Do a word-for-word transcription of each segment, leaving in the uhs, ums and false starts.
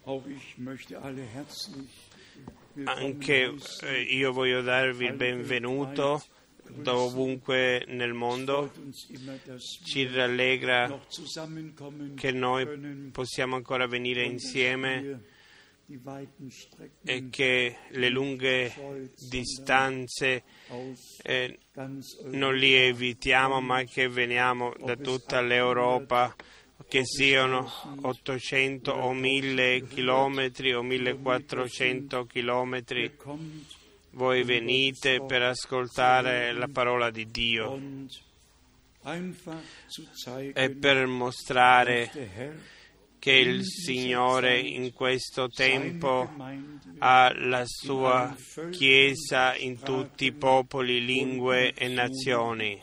Anche eh, io voglio darvi il benvenuto dovunque nel mondo. Ci rallegra che noi possiamo ancora venire insieme e che le lunghe distanze eh, non li evitiamo, ma che veniamo da tutta l'Europa, che siano ottocento o mille chilometri o millequattrocento chilometri. Voi venite per ascoltare la parola di Dio e per mostrare che il Signore in questo tempo ha la sua Chiesa in tutti i popoli, lingue e nazioni.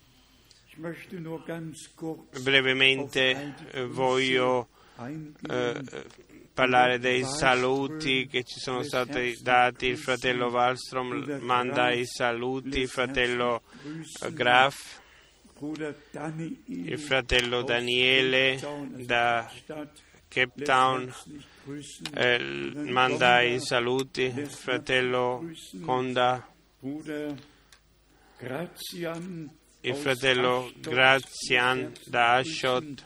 Brevemente eh, voglio eh, parlare dei saluti che ci sono stati dati. Il fratello Wallström manda i saluti, il fratello Graf, il fratello Daniele da Cape Town eh, manda i saluti, il fratello Conda, il fratello Grazian da Ashot,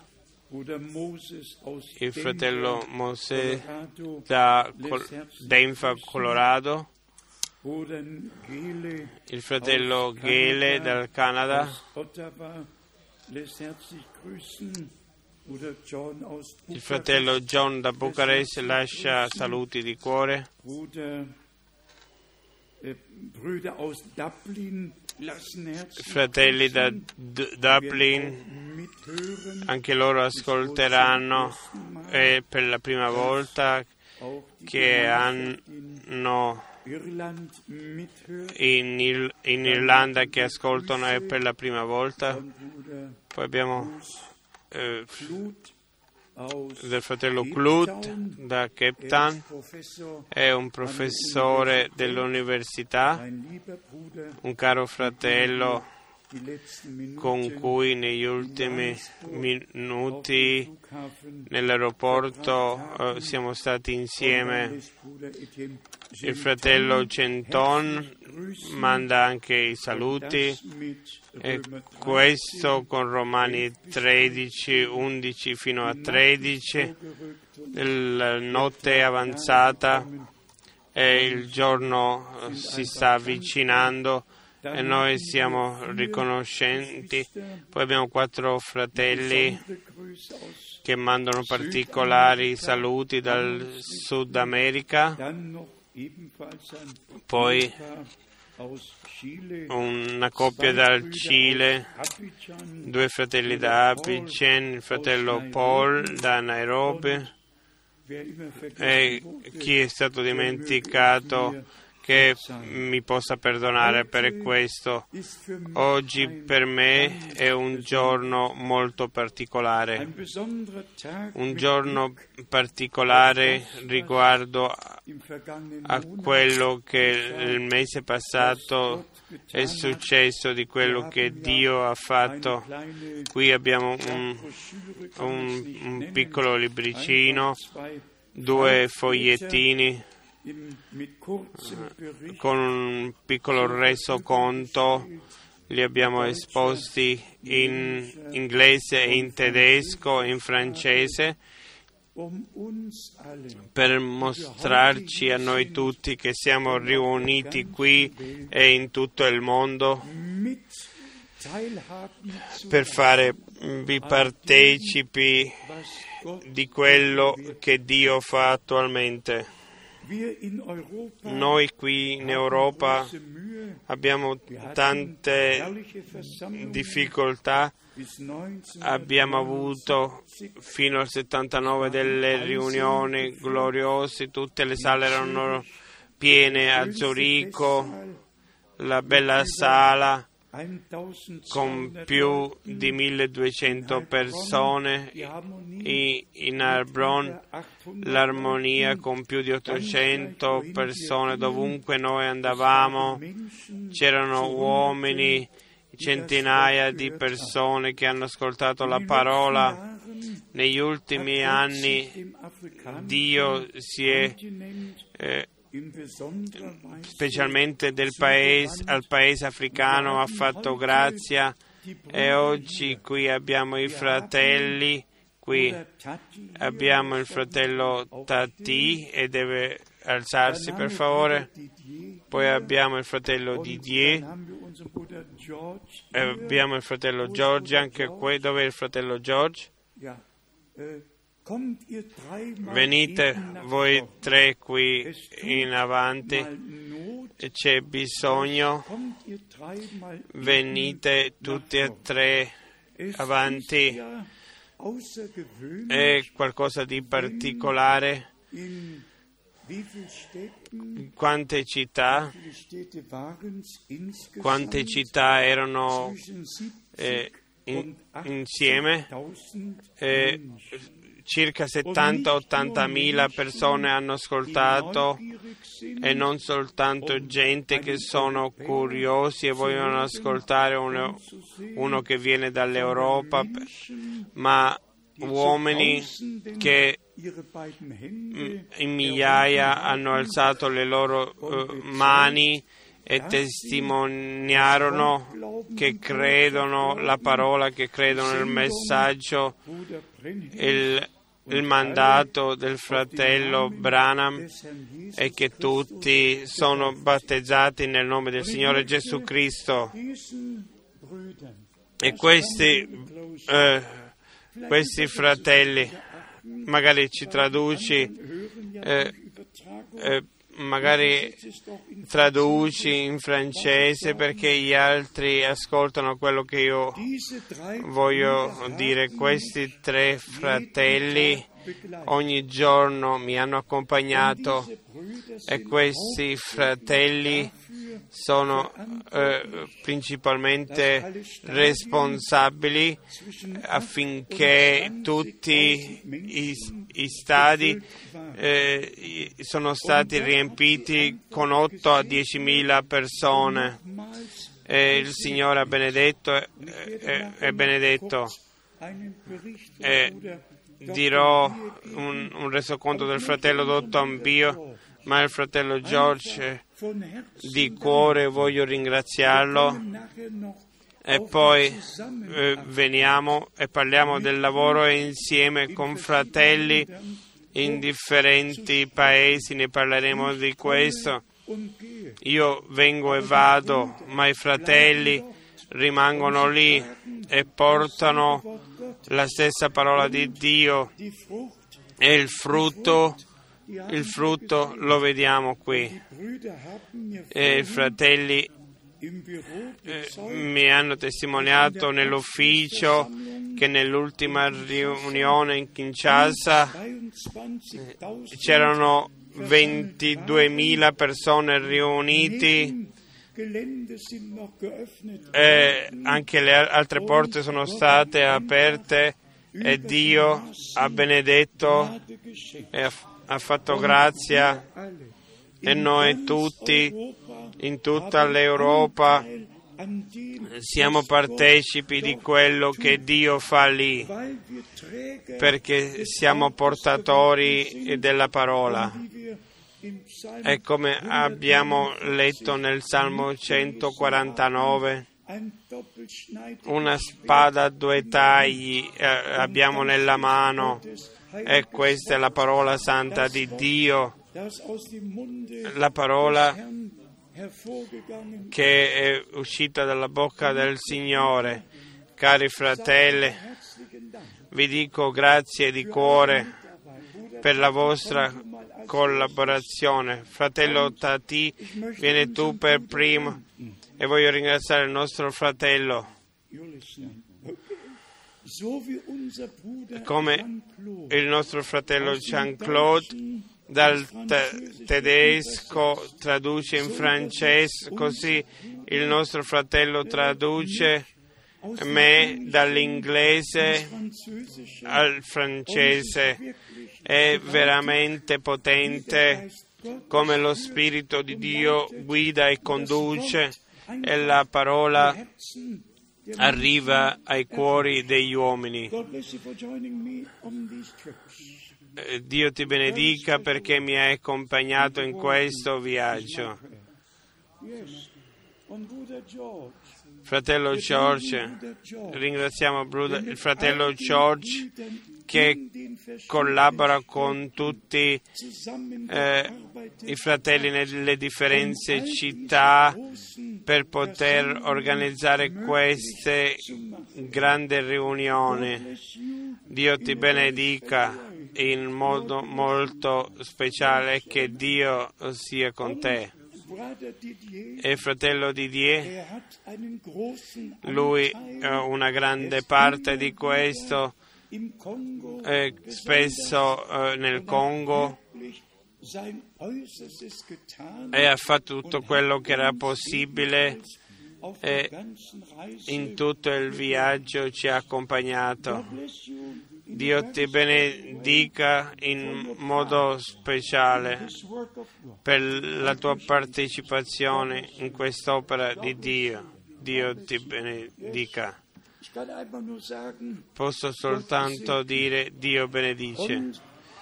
il fratello Mosè da Col- Denver, Colorado, il fratello Gele dal Canada, il fratello John da Bucarest lascia saluti di cuore, fratelli da D- Dublin, anche loro ascolteranno e per la prima volta che hanno in, Ir- in Irlanda che ascoltano è per la prima volta. Poi abbiamo eh, del fratello Clut da Cape Town, è un professore dell'università, un caro fratello con cui negli ultimi minuti nell'aeroporto eh, siamo stati insieme. Il fratello Centon manda anche i saluti, e questo con Romani tredici, undici fino a tredici. La notte è avanzata e il giorno si sta avvicinando e noi siamo riconoscenti. Poi abbiamo quattro fratelli che mandano particolari saluti dal Sud America, poi una coppia dal Cile, due fratelli da Abidjan, il fratello Paul da Nairobi, e chi è stato dimenticato che mi possa perdonare per questo. Oggi per me è un giorno molto particolare, un giorno particolare riguardo a quello che il mese passato è successo, di quello che Dio ha fatto. Qui abbiamo un, un, un piccolo libricino, due fogliettini con un piccolo resoconto, li abbiamo esposti in inglese, in tedesco e in francese per mostrarci a noi tutti che siamo riuniti qui e in tutto il mondo per farvi partecipi di quello che Dio fa attualmente. Noi qui in Europa abbiamo tante difficoltà, abbiamo avuto fino al settantanove delle riunioni gloriose, tutte le sale erano piene a Zurigo, la bella sala con più di milleduecento persone, in Heilbronn l'Armonia con più di ottocento persone. Dovunque noi andavamo c'erano uomini, centinaia di persone che hanno ascoltato la parola Negli ultimi anni Dio si è, eh, specialmente del paese, al paese africano, ha fatto grazia, e oggi qui abbiamo i fratelli, qui abbiamo il fratello Tati, e deve alzarsi per favore. Poi abbiamo il fratello Didier, e abbiamo il fratello George anche qui. Dove è il fratello George? Venite voi tre qui in avanti, c'è bisogno, venite tutti e tre avanti. È qualcosa di particolare. Quante città, quante città erano eh, in, insieme? Eh, circa settanta ottanta mila persone hanno ascoltato, e non soltanto gente che sono curiosi e vogliono ascoltare uno, uno che viene dall'Europa, ma uomini che in migliaia hanno alzato le loro uh, mani e testimoniarono che credono la parola, che credono il messaggio, il, il mandato del fratello Branham, e che tutti sono battezzati nel nome del Signore Gesù Cristo. E questi, uh, questi fratelli, magari ci traduci, eh, eh, magari traduci in francese, perché gli altri ascoltano quello che io voglio dire. Questi tre fratelli ogni giorno mi hanno accompagnato, e questi fratelli sono eh, principalmente responsabili affinché tutti i, i stadi eh, sono stati riempiti con otto a diecimila persone. E il Signore ha benedetto e, e, e benedetto. E dirò un, un resoconto del fratello dottor Pio, ma il fratello George, di cuore voglio ringraziarlo, e poi eh, veniamo e parliamo del lavoro insieme con fratelli in differenti paesi, ne parleremo di questo. Io vengo e vado, ma i fratelli rimangono lì e portano la stessa parola di Dio, e il frutto Il frutto lo vediamo qui. E i fratelli eh, mi hanno testimoniato nell'ufficio che nell'ultima riunione in Kinshasa eh, c'erano ventiduemila persone riunite, e anche le altre porte sono state aperte, e Dio ha benedetto e ha ha fatto grazia, e noi tutti in tutta l'Europa siamo partecipi di quello che Dio fa lì, perché siamo portatori della parola. E come abbiamo letto nel Salmo centoquarantanove, una spada a due tagli eh, abbiamo nella mano, e questa è la parola santa di Dio, la parola che è uscita dalla bocca del Signore. Cari fratelli, vi dico grazie di cuore per la vostra collaborazione. Fratello Tati, vieni tu per primo, e voglio ringraziare il nostro fratello, come il nostro fratello Jean-Claude dal te- tedesco traduce in francese, così il nostro fratello traduce me dall'inglese al francese. È veramente potente come lo Spirito di Dio guida e conduce, e la parola arriva ai cuori degli uomini. Dio ti benedica perché mi hai accompagnato in questo viaggio. Fratello George, ringraziamo il fratello George che collabora con tutti eh, i fratelli nelle differenti città per poter organizzare queste grandi riunioni. Dio ti benedica in modo molto speciale, che Dio sia con te. E fratello Didier, lui ha una grande parte di questo, eh, spesso eh, nel Congo, e ha fatto tutto quello che era possibile e in tutto il viaggio ci ha accompagnato. Dio ti benedica in modo speciale per la tua partecipazione in quest'opera di Dio. Dio ti benedica. Posso soltanto dire Dio benedice.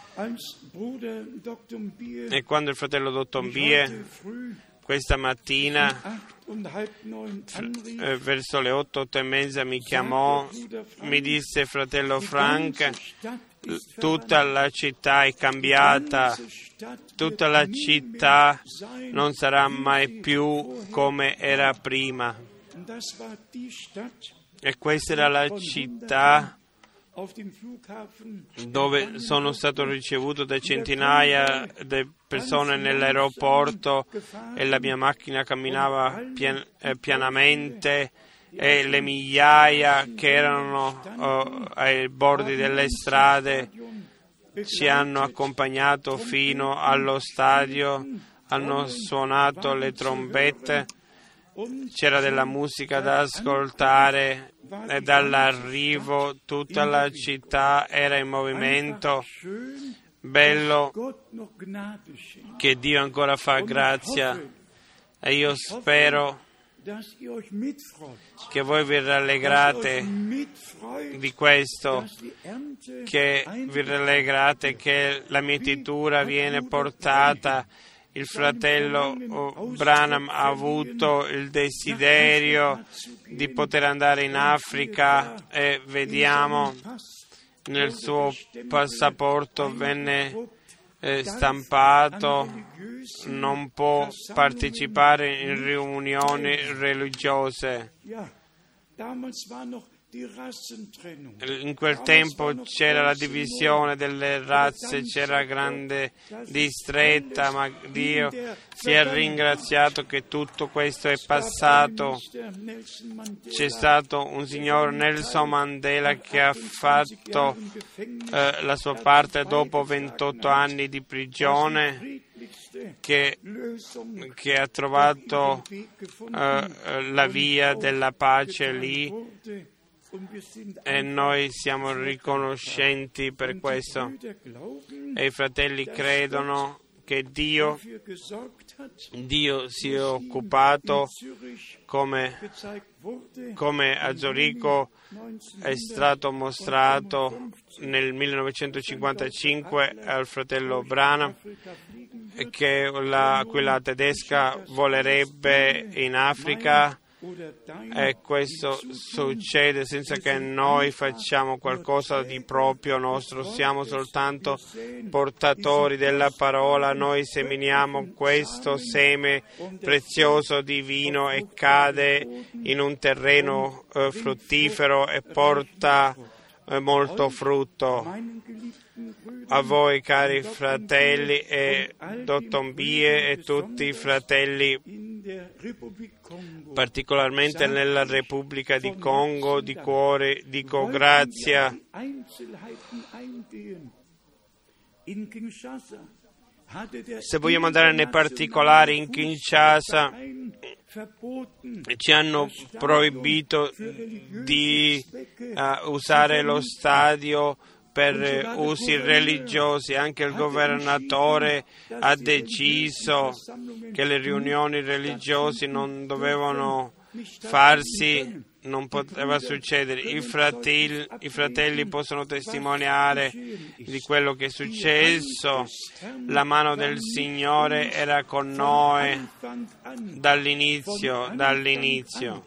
E quando il fratello dottor Mbie questa mattina eh, verso le otto, otto e mezza mi chiamò, mi disse: fratello Frank, tutta la città è cambiata, tutta la città non sarà mai più come era prima. E questa era la città dove sono stato ricevuto da centinaia di persone nell'aeroporto e la mia macchina camminava pian, eh, pianamente e le migliaia che erano oh, ai bordi delle strade ci hanno accompagnato fino allo stadio, hanno suonato le trombette, c'era della musica da ascoltare e dall'arrivo tutta la città era in movimento. Bello che Dio ancora fa grazia, e io spero che voi vi rallegrate di questo, che vi rallegrate che la mietitura viene portata. Il fratello Branham ha avuto il desiderio di poter andare in Africa e vediamo nel suo passaporto venne eh, stampato, non può partecipare in riunioni religiose. In quel tempo c'era la divisione delle razze, c'era grande distretta, ma Dio sia ringraziato che tutto questo è passato. C'è stato un signor Nelson Mandela che ha fatto eh, la sua parte dopo ventotto anni di prigione, che, che ha trovato eh, la via della pace lì. E noi siamo riconoscenti per questo. E i fratelli credono che Dio, Dio si è occupato, come, come a Zurigo è stato mostrato nel millenovecentocinquantacinque al fratello Branham, che la, quella tedesca volerebbe in Africa. E questo succede senza che noi facciamo qualcosa di proprio nostro, siamo soltanto portatori della parola. Noi seminiamo questo seme prezioso divino e cade in un terreno eh, fruttifero e porta eh, molto frutto. A voi, cari fratelli, e dottor Mbie e tutti i fratelli, particolarmente nella Repubblica di Congo, di cuore dico grazie. Se vogliamo andare nei particolari, in Kinshasa ci hanno proibito di uh, usare lo stadio per usi religiosi. Anche il governatore ha deciso che le riunioni religiose non dovevano farsi non poteva succedere. I fratelli, I fratelli possono testimoniare di quello che è successo. La mano del Signore era con noi dall'inizio, dall'inizio.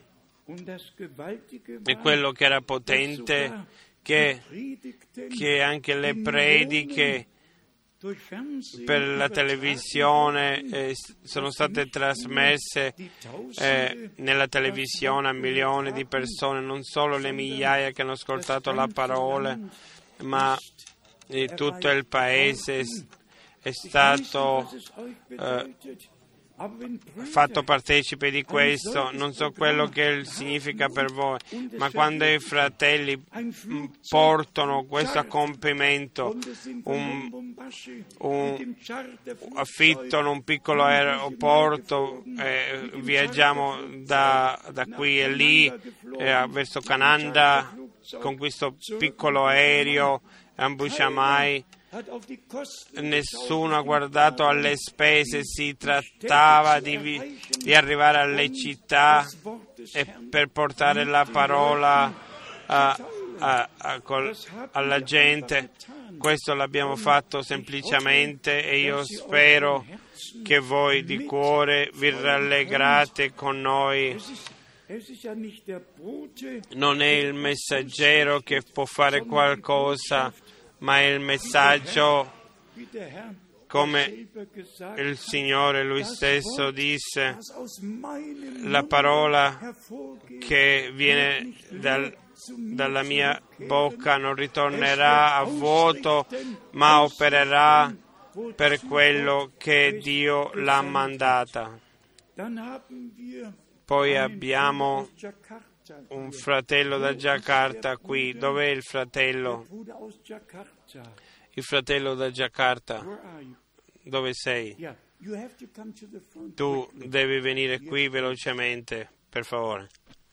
E quello che era potente, che, che anche le prediche per la televisione eh, sono state trasmesse eh, nella televisione a milioni di persone, non solo le migliaia che hanno ascoltato la parola, ma eh, tutto il paese è stato eh, fatto partecipe di questo. Non so quello che significa per voi, ma quando i fratelli portano questo a compimento, un, un, affittano un piccolo aeroporto, eh, viaggiamo da, da qui e lì eh, verso Canada con questo piccolo aereo a Mbushimai. Nessuno ha guardato alle spese, si trattava di, di arrivare alle città e per portare la parola a, a, a, col, alla gente. Questo l'abbiamo fatto semplicemente e io spero che voi di cuore vi rallegrate con noi. Non è il messaggero che può fare qualcosa, ma è il messaggio, come il Signore Lui stesso disse, la parola che viene dal, dalla mia bocca non ritornerà a vuoto, ma opererà per quello che Dio l'ha mandata. Poi abbiamo un fratello da Giacarta qui. Dov'è il fratello? Il fratello da Giacarta. Dove sei? Tu devi venire qui velocemente, per favore.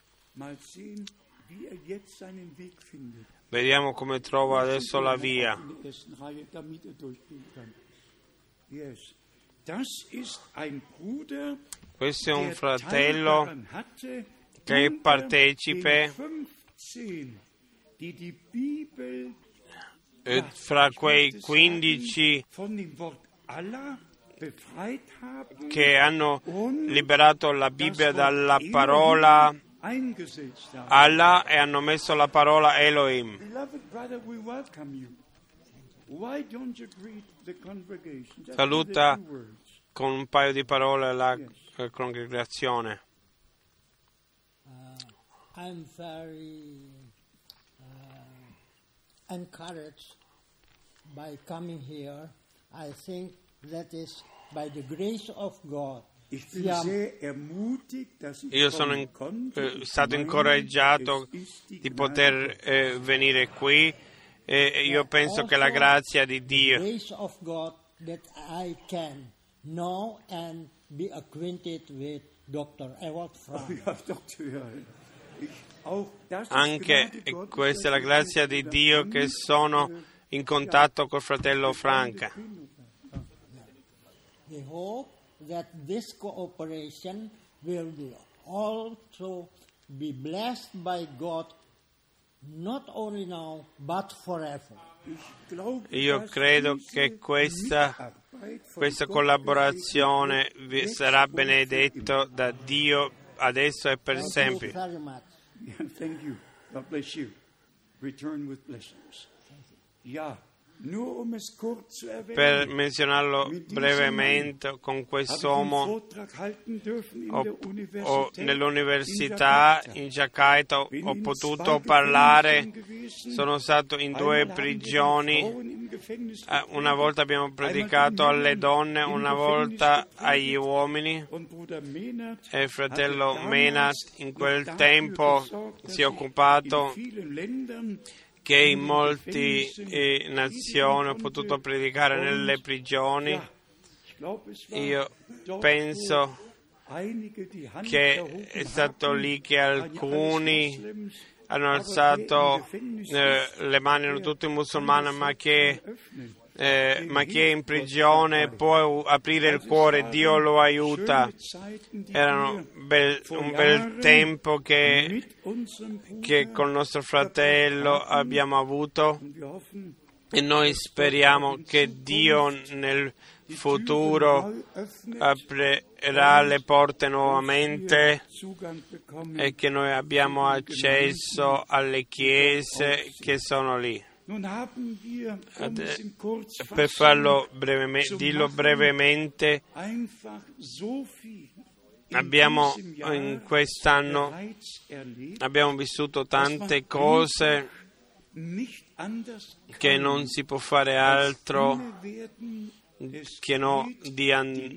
Vediamo come trova adesso la via. Questo è un fratello che è partecipe e fra quei quindici che hanno liberato la Bibbia dalla parola Allah e hanno messo la parola Elohim. Saluta con un paio di parole la congregazione. I'm very uh, encouraged by coming here. I think that is by the grace of God. Io sono in, eh, stato incoraggiato di poter eh, venire qui e io penso che la grazia di Dio anche questa è la grazia di Dio che sono in contatto col fratello Franca. We hope that this cooperation will be also be blessed by God not only now but forever. Io credo che questa, questa collaborazione sarà benedetto da Dio adesso e per sempre. Thank you. God bless you. Return with blessings. Yeah. Per menzionarlo brevemente, con quest'uomo ho, ho, nell'università in Giacarta ho, ho potuto parlare, sono stato in due prigioni, una volta abbiamo predicato alle donne, una volta agli uomini e il fratello Menat in quel tempo si è occupato che in molte eh, nazioni ho potuto predicare nelle prigioni. Io penso che è stato lì che alcuni hanno alzato eh, le mani, erano tutti musulmani, ma che eh, ma chi è in prigione può aprire il cuore, Dio lo aiuta. Era bel, un bel tempo che, che col nostro fratello abbiamo avuto e noi speriamo che Dio nel futuro aprirà le porte nuovamente e che noi abbiamo accesso alle chiese che sono lì. Per farlo brevemente, dirlo brevemente, abbiamo in quest'anno abbiamo vissuto tante cose che non si può fare altro che no di, an-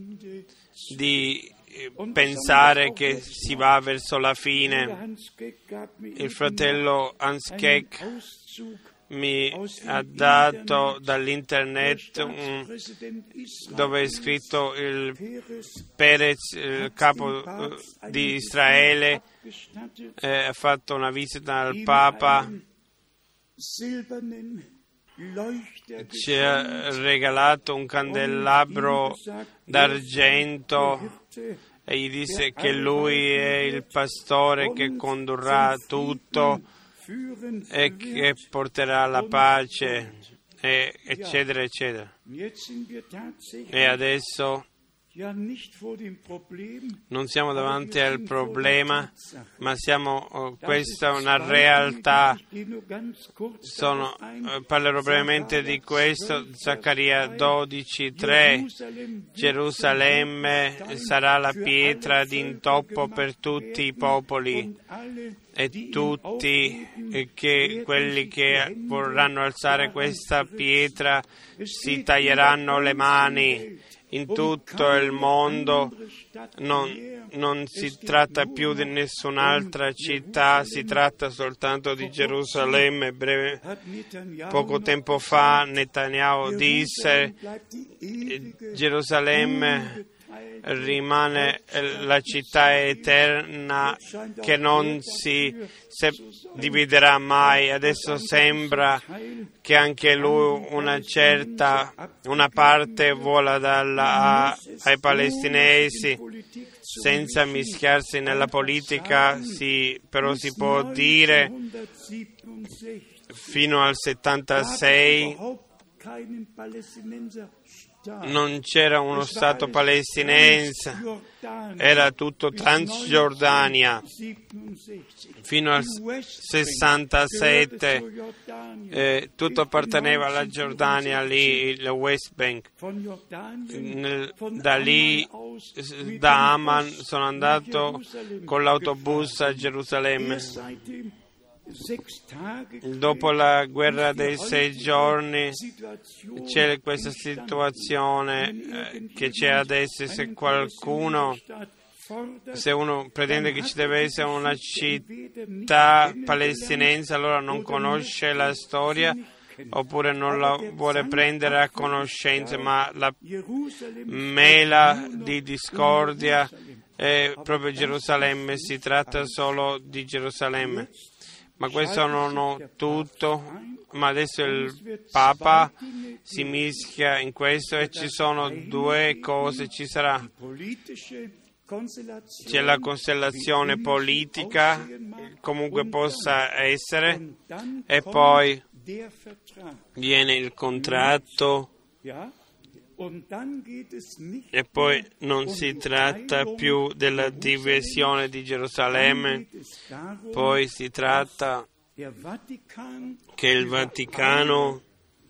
di pensare che si va verso la fine. Il fratello Hans Keck mi ha dato dall'internet un, dove è scritto il Perez, il capo di Israele, eh, ha fatto una visita al Papa, ci ha regalato un candelabro d'argento e gli disse che lui è il pastore che condurrà tutto e che porterà la pace, e eccetera, eccetera. E adesso non siamo davanti al problema, ma siamo, oh, questa è una realtà. Sono, eh, parlerò brevemente di questo. Zaccaria dodici tre. Gerusalemme sarà la pietra d'intoppo per tutti i popoli, e tutti che quelli che vorranno alzare questa pietra si taglieranno le mani. In tutto il mondo non, non si tratta più di nessun'altra città, si tratta soltanto di Gerusalemme. Breve, poco tempo fa Netanyahu disse: Gerusalemme rimane la città eterna che non si dividerà mai. Adesso sembra che anche lui una certa una parte vuole darla ai palestinesi senza mischiarsi nella politica. Sì, però si può dire fino al settantasei non c'era uno Stato palestinese, era tutto Transgiordania. Fino al sessantasette eh, tutto apparteneva alla Giordania, lì, la West Bank. Nel, da lì, da Amman, sono andato con l'autobus a Gerusalemme. Dopo la guerra dei sei giorni c'è questa situazione eh, che c'è adesso. Se qualcuno, se uno pretende che ci deve essere una città palestinese, allora non conosce la storia oppure non la vuole prendere a conoscenza, ma la mela di discordia è proprio Gerusalemme, si tratta solo di Gerusalemme. Ma questo non è tutto, ma adesso il Papa si mischia in questo e ci sono due cose. Ci sarà, c'è la costellazione politica, comunque possa essere, e poi viene il contratto. E poi non si tratta più della divisione di Gerusalemme, poi si tratta che il Vaticano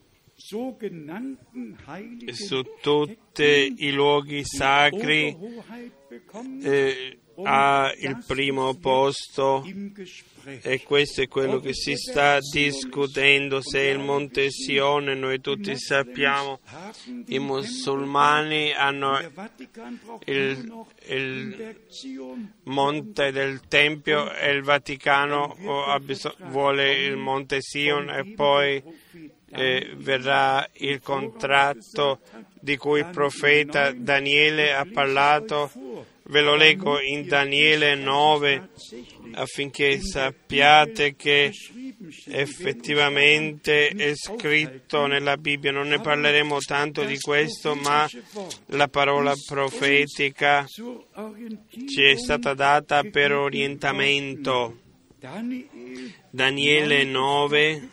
su tutti i luoghi sacri eh, ha il primo posto, e questo è quello che si sta discutendo. Se il Monte Sione, noi tutti sappiamo, i musulmani hanno il, il Monte del Tempio e il Vaticano vuole il Monte Sion, e poi eh, verrà il contratto di cui il profeta Daniele ha parlato. Ve lo leggo in Daniele nove, affinché sappiate che effettivamente è scritto nella Bibbia. Non ne parleremo tanto di questo, ma la parola profetica ci è stata data per orientamento. Daniele nove,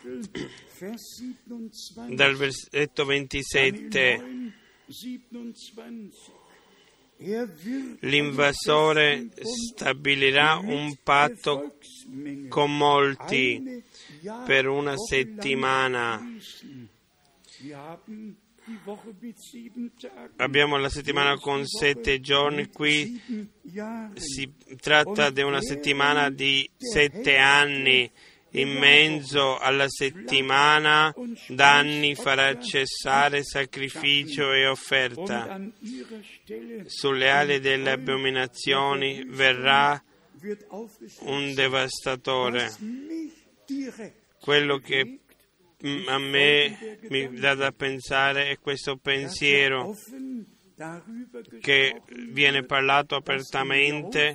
dal versetto ventisette. L'invasore stabilirà un patto con molti per una settimana. Abbiamo la settimana con sette giorni, qui si tratta di una settimana di sette anni. In mezzo alla settimana d'anni farà cessare sacrificio e offerta. Sulle ali delle abominazioni verrà un devastatore. Quello che a me mi dà da pensare è questo pensiero che viene parlato apertamente,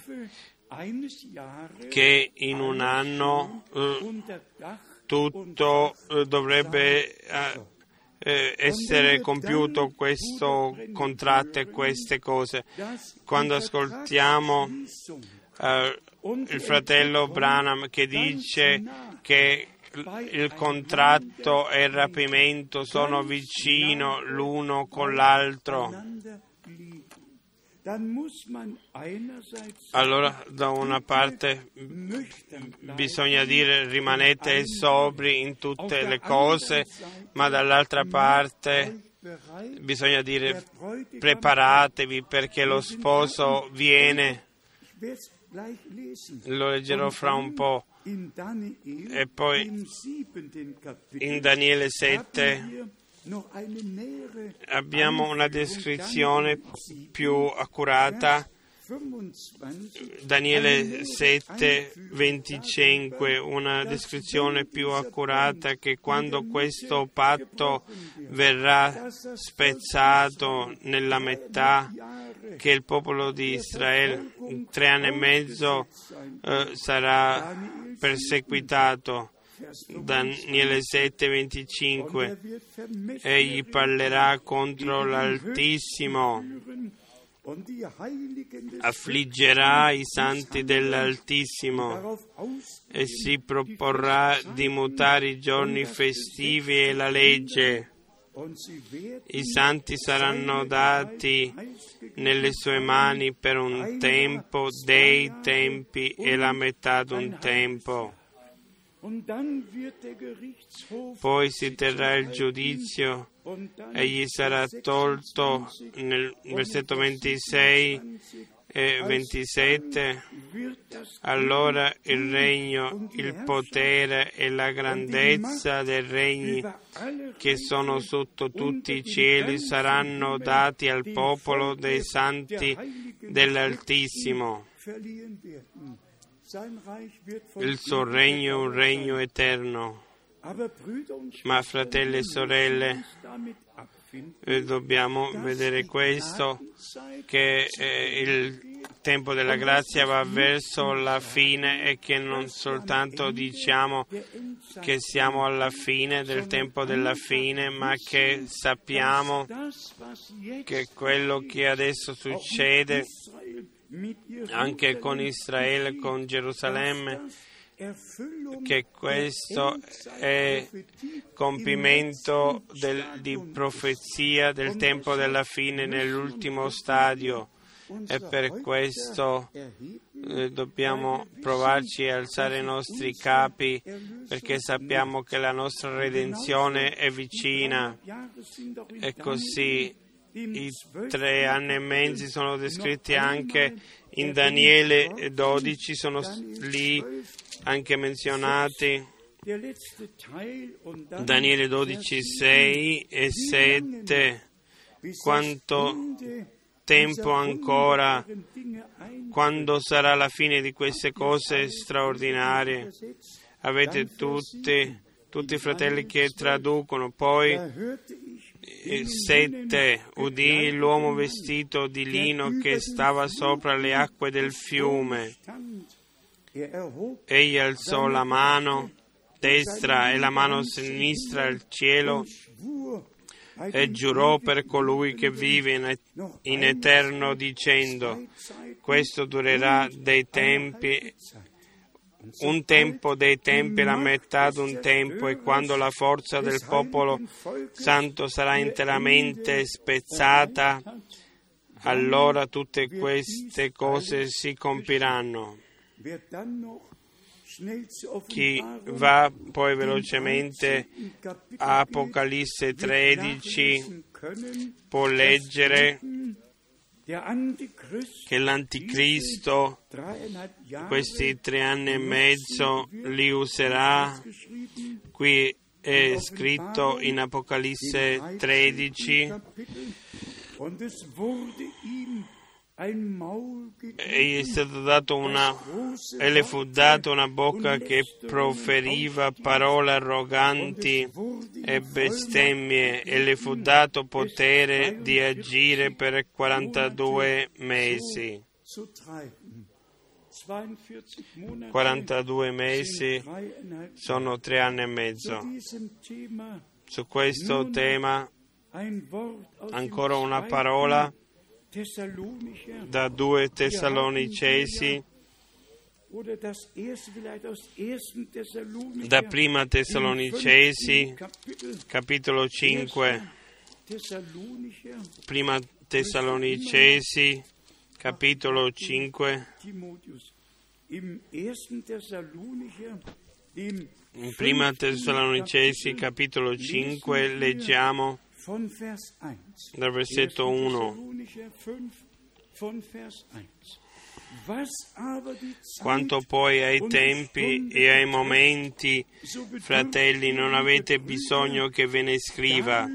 che in un anno eh, tutto eh, dovrebbe eh, essere compiuto, questo contratto e queste cose. Quando ascoltiamo eh, il fratello Branham che dice che il contratto e il rapimento sono vicino l'uno con l'altro, allora da una parte bisogna dire rimanete sobri in tutte le cose, ma dall'altra parte bisogna dire preparatevi perché lo sposo viene. Lo leggerò fra un po'. E poi in Daniele sette abbiamo una descrizione più accurata. Daniele sette venticinque, una descrizione più accurata, che quando questo patto verrà spezzato nella metà, che il popolo di Israele tre anni e mezzo eh, sarà perseguitato. Daniele sette venticinque, egli parlerà contro l'Altissimo, affliggerà i santi dell'Altissimo e si proporrà di mutare i giorni festivi e la legge. I santi saranno dati nelle sue mani per un tempo dei tempi e la metà d'un tempo. Poi si terrà il giudizio e gli sarà tolto, nel versetto ventisei e ventisette, allora il regno, il potere e la grandezza dei regni che sono sotto tutti i cieli saranno dati al popolo dei santi dell'Altissimo. Il suo regno è un regno eterno. Ma fratelli e sorelle, eh, dobbiamo vedere questo, che eh, il tempo della grazia va verso la fine e che non soltanto diciamo che siamo alla fine del tempo della fine, ma che sappiamo che quello che adesso succede anche con Israele, con Gerusalemme, che questo è compimento del, di profezia del tempo della fine nell'ultimo stadio, e per questo eh, dobbiamo provarci a alzare i nostri capi, perché sappiamo che la nostra redenzione è vicina. E così i tre anni e mezzi sono descritti anche in Daniele dodici, sono lì anche menzionati. Daniele dodici, sei e sette. Quanto tempo ancora? Quando sarà la fine di queste cose straordinarie? Avete tutti, tutti i fratelli che traducono. Poi sette, udì l'uomo vestito di lino che stava sopra le acque del fiume. Egli alzò la mano destra e la mano sinistra al cielo, e giurò per colui che vive in, in eterno dicendo: questo durerà dei tempi, un tempo dei tempi, la metà d'un tempo, e quando la forza del popolo santo sarà interamente spezzata, allora tutte queste cose si compiranno. Chi va poi velocemente a Apocalisse tredici può leggere che l'Anticristo questi tre anni e mezzo li userà. Qui è scritto in Apocalisse tredici: e gli è stato dato una, e le fu data una bocca che proferiva parole arroganti e bestemmie, e le fu dato potere di agire per quarantadue mesi. quarantadue mesi sono tre anni e mezzo. Su questo tema ancora una parola da due Tessalonicesi, da prima Tessalonicesi, capitolo cinque, prima Tessalonicesi, capitolo cinque, in prima Tessalonicesi, capitolo cinque, leggiamo dal versetto uno: quanto poi ai tempi e ai momenti, fratelli, non avete bisogno che ve ne scriva,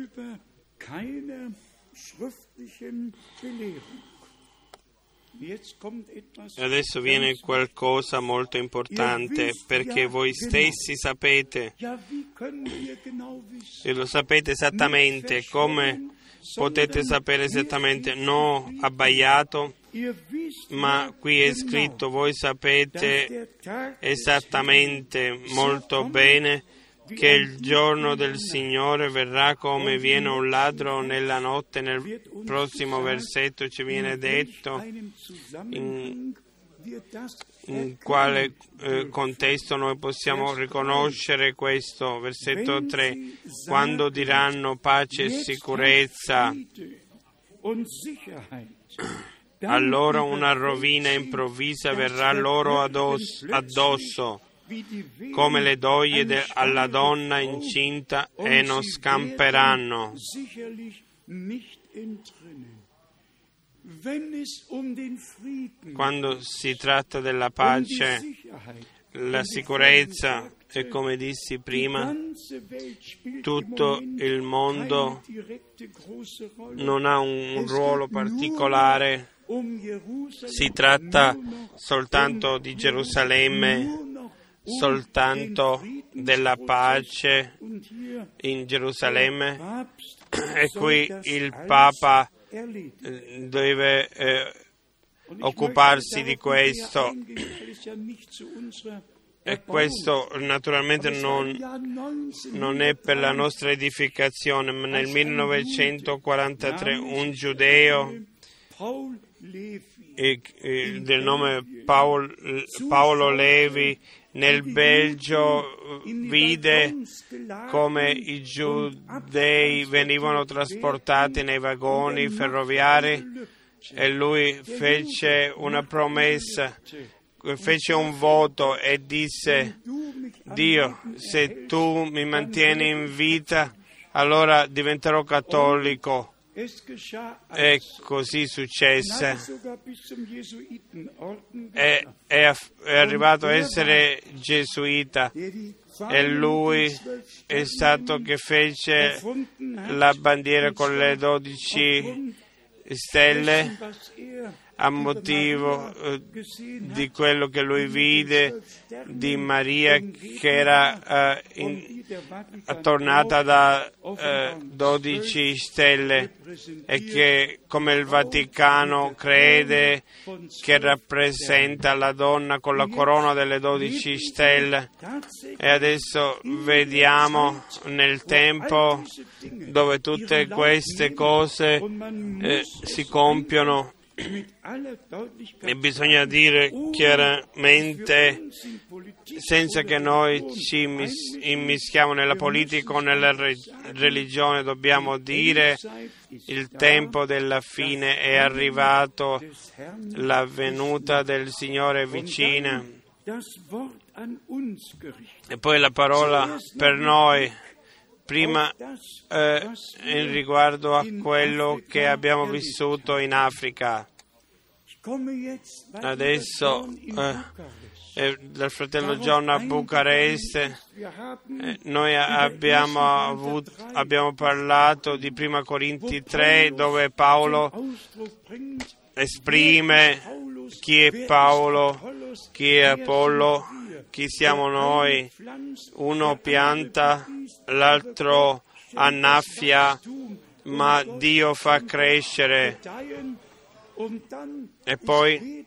adesso viene qualcosa molto importante, perché voi stessi sapete, e lo sapete esattamente. Come potete sapere esattamente? No, abbaiato, ma qui è scritto: voi sapete esattamente, molto bene, che il giorno del Signore verrà come viene un ladro nella notte. Nel prossimo versetto ci viene detto in, in quale eh, contesto noi possiamo riconoscere questo. Versetto tre: quando diranno pace e sicurezza, allora una rovina improvvisa verrà loro addosso, addosso come le doglie de- alla donna incinta, e non scamperanno. Quando si tratta della pace, la sicurezza, e come dissi prima, tutto il mondo non ha un ruolo particolare, si tratta soltanto di Gerusalemme, soltanto della pace in Gerusalemme, e qui il Papa deve eh, occuparsi di questo, e questo naturalmente non, non è per la nostra edificazione, ma nel millenovecentoquarantatré un giudeo eh, eh, del nome Paolo, Paolo Levi nel Belgio vide come i giudei venivano trasportati nei vagoni ferroviari, e lui fece una promessa, fece un voto e disse: Dio, se tu mi mantieni in vita, allora diventerò cattolico. E così successe. È, è, è arrivato a essere gesuita, e lui è stato che fece la bandiera con le dodici stelle a motivo eh, di quello che lui vide di Maria, che era eh, in, attornata da eh, dodici stelle e che come il Vaticano crede che rappresenta la donna con la corona delle dodici stelle. E adesso vediamo nel tempo dove tutte queste cose eh, si compiono. E bisogna dire chiaramente, senza che noi ci mis- immischiamo nella politica o nella re- religione, dobbiamo dire il tempo della fine è arrivato, la venuta del Signore è vicina. E poi la parola per noi, prima eh, in riguardo a quello che abbiamo vissuto in Africa. Adesso eh, eh, dal fratello John a Bucarest eh, noi abbiamo, avuto, abbiamo parlato di Prima Corinti tre, dove Paolo esprime chi è Paolo, chi è Apollo, chi siamo noi. Uno pianta, l'altro annaffia, ma Dio fa crescere. E poi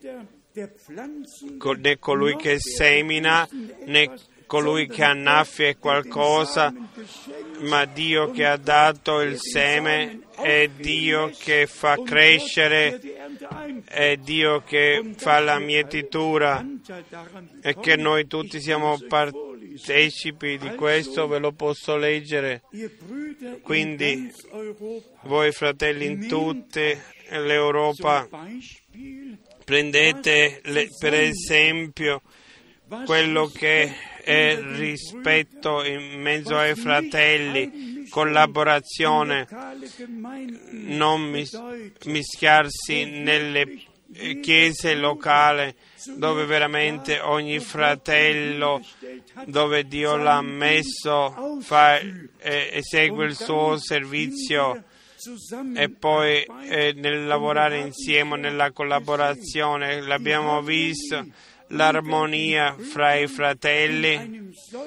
né colui che semina né colui che annaffia è qualcosa, ma Dio che ha dato il seme, è Dio che fa crescere, è Dio che fa la mietitura, e che noi tutti siamo partecipi di questo. Ve lo posso leggere. Quindi voi fratelli in tutta l'Europa, prendete le, per esempio quello che è rispetto in mezzo ai fratelli, collaborazione, non mis- mischiarsi nelle chiese locali dove veramente ogni fratello, dove Dio l'ha messo, fa, eh, esegue il suo servizio. E poi eh, nel lavorare insieme, nella collaborazione, l'abbiamo visto, l'armonia fra i fratelli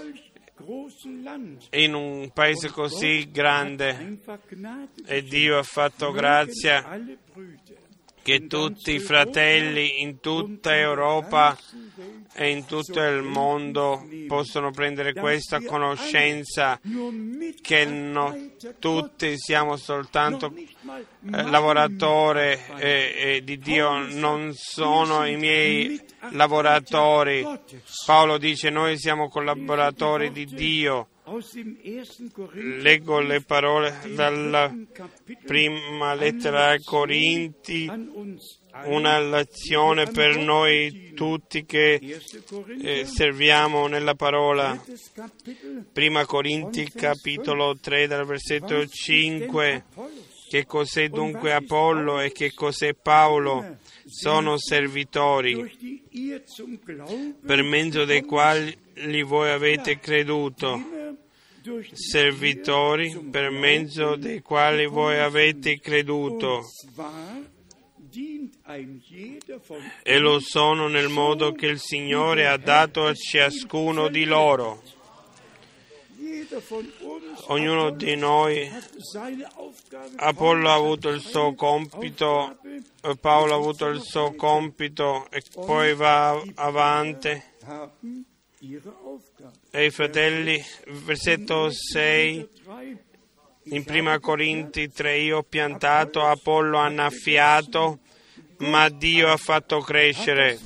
in un paese così grande, e Dio ha fatto grazia che tutti i fratelli in tutta Europa e in tutto il mondo possono prendere questa conoscenza, che no, tutti siamo soltanto eh, lavoratori eh, eh, di Dio, non sono i miei lavoratori. Paolo dice: noi siamo collaboratori di Dio. Leggo le parole dalla prima lettera ai Corinti, una lezione per noi tutti che eh, serviamo nella parola. Prima Corinti capitolo tre dal versetto cinque. Che cos'è dunque Apollo e che cos'è Paolo? Sono servitori per mezzo dei quali voi avete creduto. Servitori per mezzo dei quali voi avete creduto, e lo sono nel modo che il Signore ha dato a ciascuno di loro. Ognuno di noi, Apollo ha avuto il suo compito, Paolo ha avuto il suo compito, e poi va avanti. E i fratelli, versetto sei, in Prima Corinti tre, io ho piantato, Apollo ha annaffiato, ma Dio ha fatto crescere.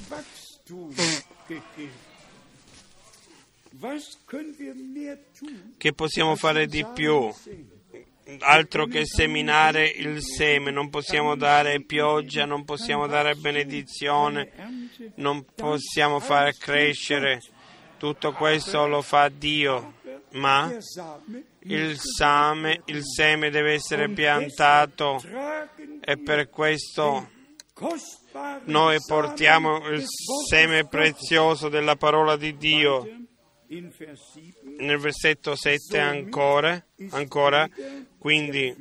Che possiamo fare di più? Altro che seminare il seme, non possiamo dare pioggia, non possiamo dare benedizione, non possiamo far crescere. Tutto questo lo fa Dio, ma il seme, il seme deve essere piantato, e per questo noi portiamo il seme prezioso della parola di Dio. Nel versetto sette ancora, ancora quindi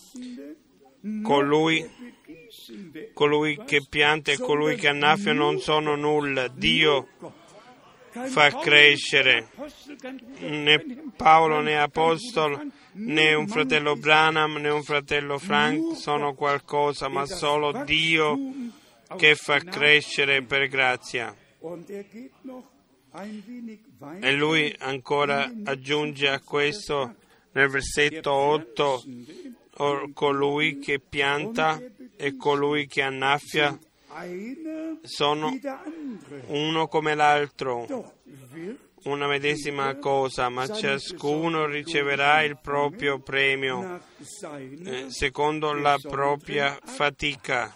colui, colui che pianta e colui che annaffia non sono nulla, Dio fa crescere. Ne Paolo né apostolo né un fratello Branham né un fratello Frank sono qualcosa, ma solo Dio che fa crescere per grazia. E lui ancora aggiunge a questo nel versetto otto: colui che pianta e colui che annaffia sono uno come l'altro, una medesima cosa, ma ciascuno riceverà il proprio premio eh, secondo la propria fatica.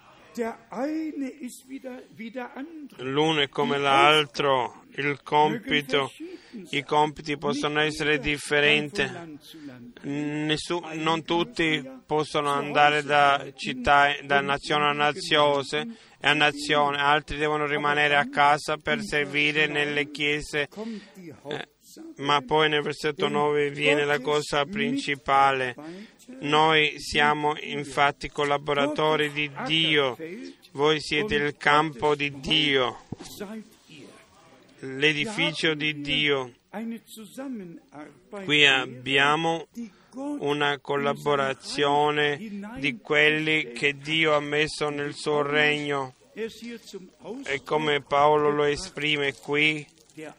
L'uno è come l'altro, il compito, i compiti possono essere differenti. Nessun, non tutti possono andare da città, da nazione a nazione, a nazione, altri devono rimanere a casa per servire nelle chiese. Eh, ma poi nel versetto nove viene la cosa principale. Noi siamo infatti collaboratori di Dio, voi siete il campo di Dio, l'edificio di Dio. Qui abbiamo una collaborazione di quelli che Dio ha messo nel suo regno, e come Paolo lo esprime qui,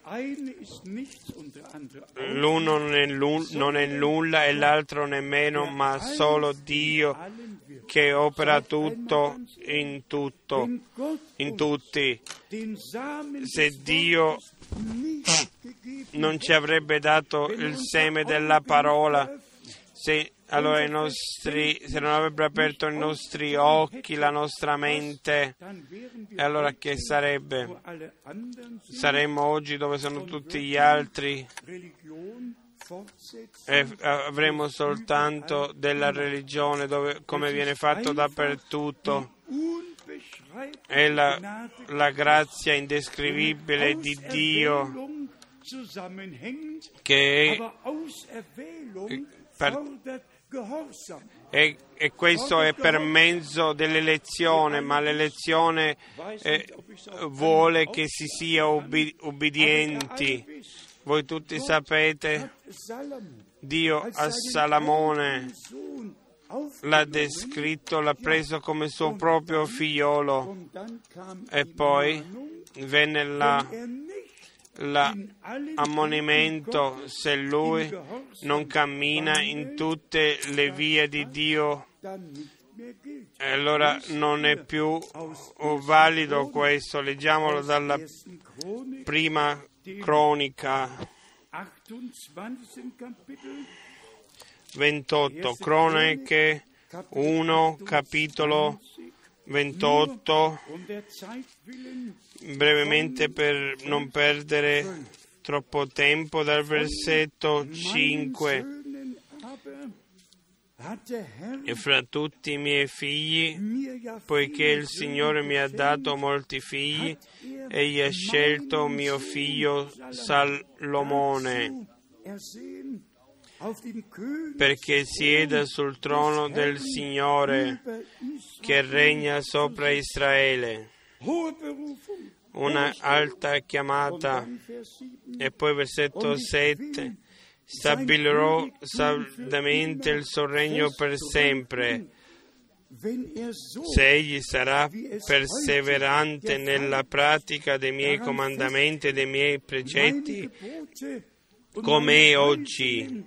l'uno non è, non è nulla e l'altro nemmeno, ma solo Dio che opera tutto in tutto, in tutti. Se Dio non ci avrebbe dato il seme della parola, se allora i nostri, se non avrebbero aperto i nostri occhi, la nostra mente, e allora che sarebbe? Saremmo oggi dove sono tutti gli altri e avremo soltanto della religione dove, come viene fatto dappertutto. È la, la grazia indescrivibile di Dio che per, e, e questo è per mezzo dell'elezione, ma l'elezione eh, vuole che si sia ubbi, ubbidienti. Voi tutti sapete, Dio a Salomone l'ha descritto, l'ha preso come suo proprio figliolo, e poi venne la, la ammonimento: se lui non cammina in tutte le vie di Dio, allora non è più valido questo. Leggiamolo dalla prima cronica ventotto, Croniche uno, capitolo ventotto, brevemente per non perdere troppo tempo, dal versetto cinque. E fra tutti i miei figli, poiché il Signore mi ha dato molti figli, egli ha scelto mio figlio Salomone perché sieda sul trono del Signore che regna sopra Israele. Una alta chiamata. E poi versetto sette: stabilirò saldamente il suo regno per sempre, se egli sarà perseverante nella pratica dei miei comandamenti e dei miei precetti, come è oggi.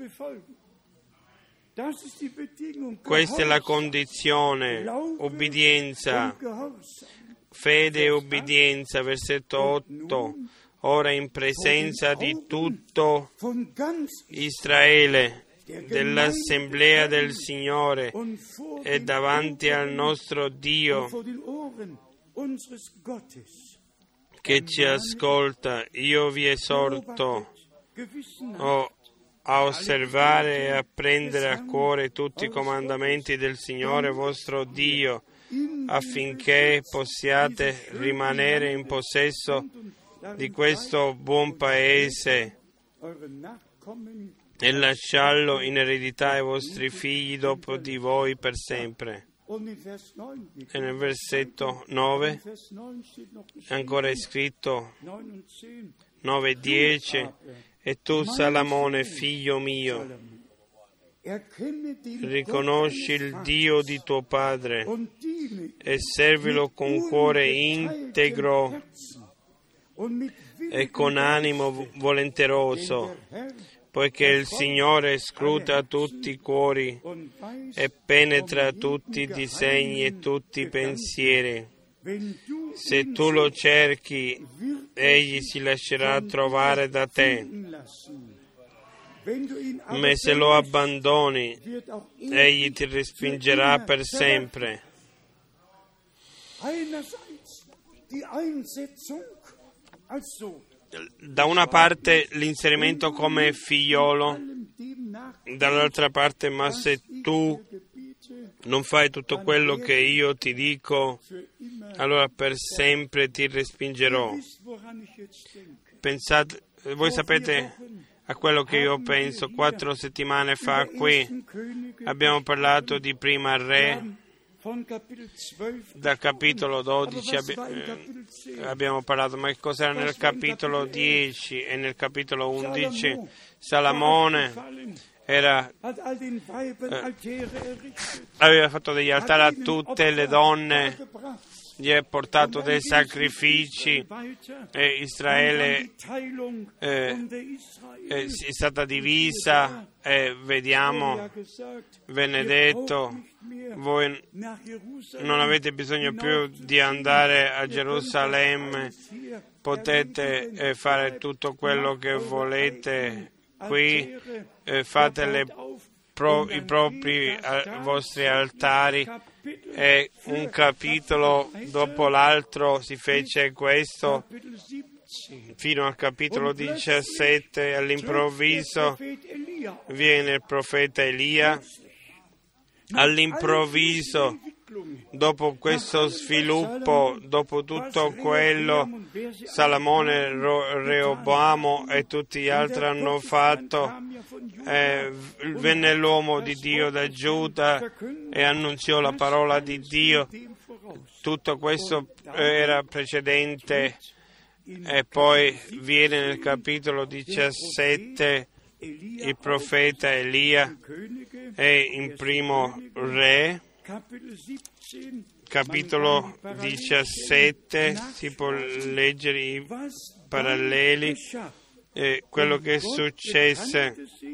Questa è la condizione: obbedienza, fede e obbedienza. Versetto otto: ora in presenza di tutto Israele, dell'assemblea del Signore e davanti al nostro Dio che ci ascolta, io vi esorto oh, a osservare e a prendere a cuore tutti i comandamenti del Signore vostro Dio, affinché possiate rimanere in possesso di questo buon paese e lasciarlo in eredità ai vostri figli dopo di voi per sempre. E nel versetto nove ancora è scritto, nove dieci. E tu, Salomone, figlio mio, riconosci il Dio di tuo padre e servilo con cuore integro e con animo volenteroso, poiché il Signore scruta tutti i cuori e penetra tutti i disegni e tutti i pensieri. Se tu lo cerchi, egli si lascerà trovare da te, ma se lo abbandoni, egli ti respingerà per sempre. Da una parte l'inserimento come figliolo, dall'altra parte, ma se tu non fai tutto quello che io ti dico, allora per sempre ti respingerò. Pensate, voi sapete a quello che io penso. Quattro settimane fa qui abbiamo parlato di Prima Re. Dal capitolo dodici abbi- eh, abbiamo parlato, ma che cos'era nel capitolo dieci e nel capitolo undici? Salomone era, eh, aveva fatto degli altari a tutte le donne, gli ha portato dei sacrifici e Israele eh, è stata divisa e vediamo, venne detto, voi non avete bisogno più di andare a Gerusalemme, potete eh, fare tutto quello che volete qui, eh, fate le pro, i propri a, vostri altari, e un capitolo dopo l'altro si fece questo fino al capitolo diciassette. All'improvviso viene il profeta Elia. All'improvviso, dopo questo sviluppo, dopo tutto quello, Salomone, Reoboamo e tutti gli altri hanno fatto, eh, venne l'uomo di Dio da Giuda e annunziò la parola di Dio. Tutto questo era precedente, e poi viene nel capitolo diciassette il profeta Elia, e in Primo Re, capitolo diciassette, si può leggere i paralleli, eh, quello che successe.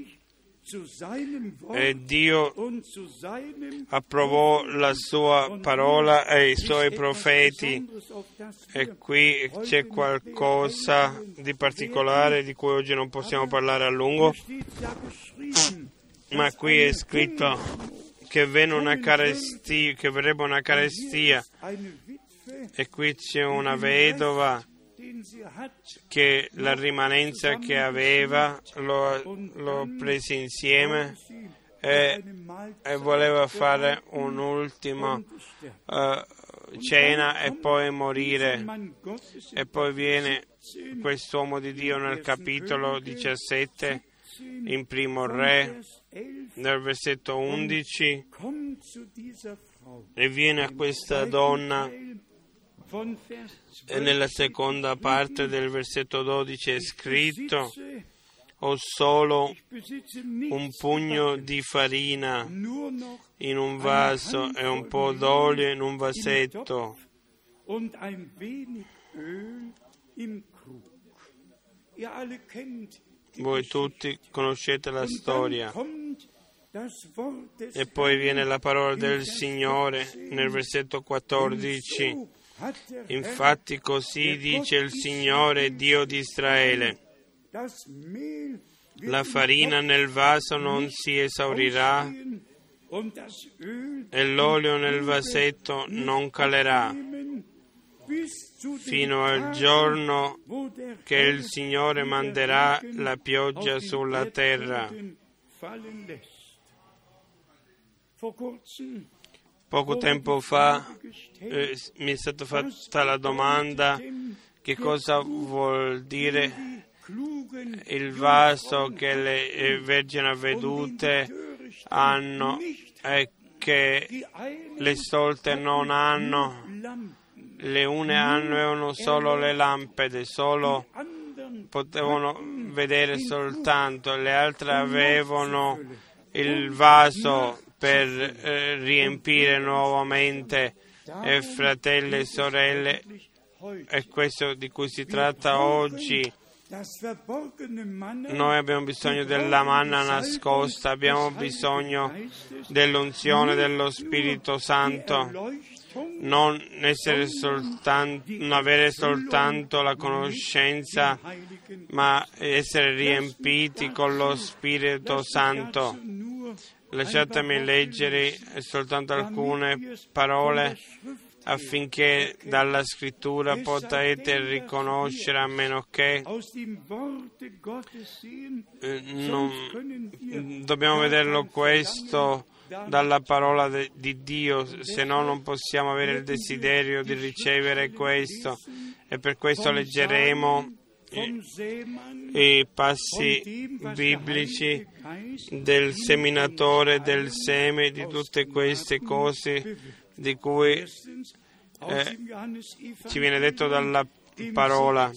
E Dio approvò la sua parola e i suoi profeti, e qui c'è qualcosa di particolare di cui oggi non possiamo parlare a lungo, ma qui è scritto che venne una carestia, che verrebbe una carestia, e qui c'è una vedova che la rimanenza che aveva lo, lo prese insieme e, e voleva fare un'ultima uh, cena e poi morire. E poi viene quest'uomo di Dio nel capitolo diciassette, in Primo Re, nel versetto undici, e viene a questa donna. E nella seconda parte del versetto dodici è scritto: ho solo un pugno di farina in un vaso e un po' d'olio in un vasetto. Voi tutti conoscete la storia. E poi viene la parola del Signore nel versetto quattordici. Infatti così dice il Signore, Dio di Israele: la farina nel vaso non si esaurirà e l'olio nel vasetto non calerà, fino al giorno che il Signore manderà la pioggia sulla terra. Poco tempo fa eh, mi è stata fatta la domanda: che cosa vuol dire il vaso che le vergini avvedute hanno e che le stolte non hanno? Le une hanno e hanno solo le lampade, solo potevano vedere soltanto, le altre avevano il vaso per eh, riempire nuovamente. E fratelli e sorelle, è questo di cui si tratta oggi. Noi abbiamo bisogno della manna nascosta, abbiamo bisogno dell'unzione dello Spirito Santo, non essere soltanto, non avere soltanto la conoscenza, ma essere riempiti con lo Spirito Santo. Lasciatemi leggere soltanto alcune parole affinché dalla scrittura potete riconoscere, a meno che eh, non dobbiamo vederlo questo dalla parola de, di Dio, se no non possiamo avere il desiderio di ricevere questo, e per questo leggeremo i passi biblici del seminatore, del seme, di tutte queste cose di cui eh, ci viene detto dalla parola.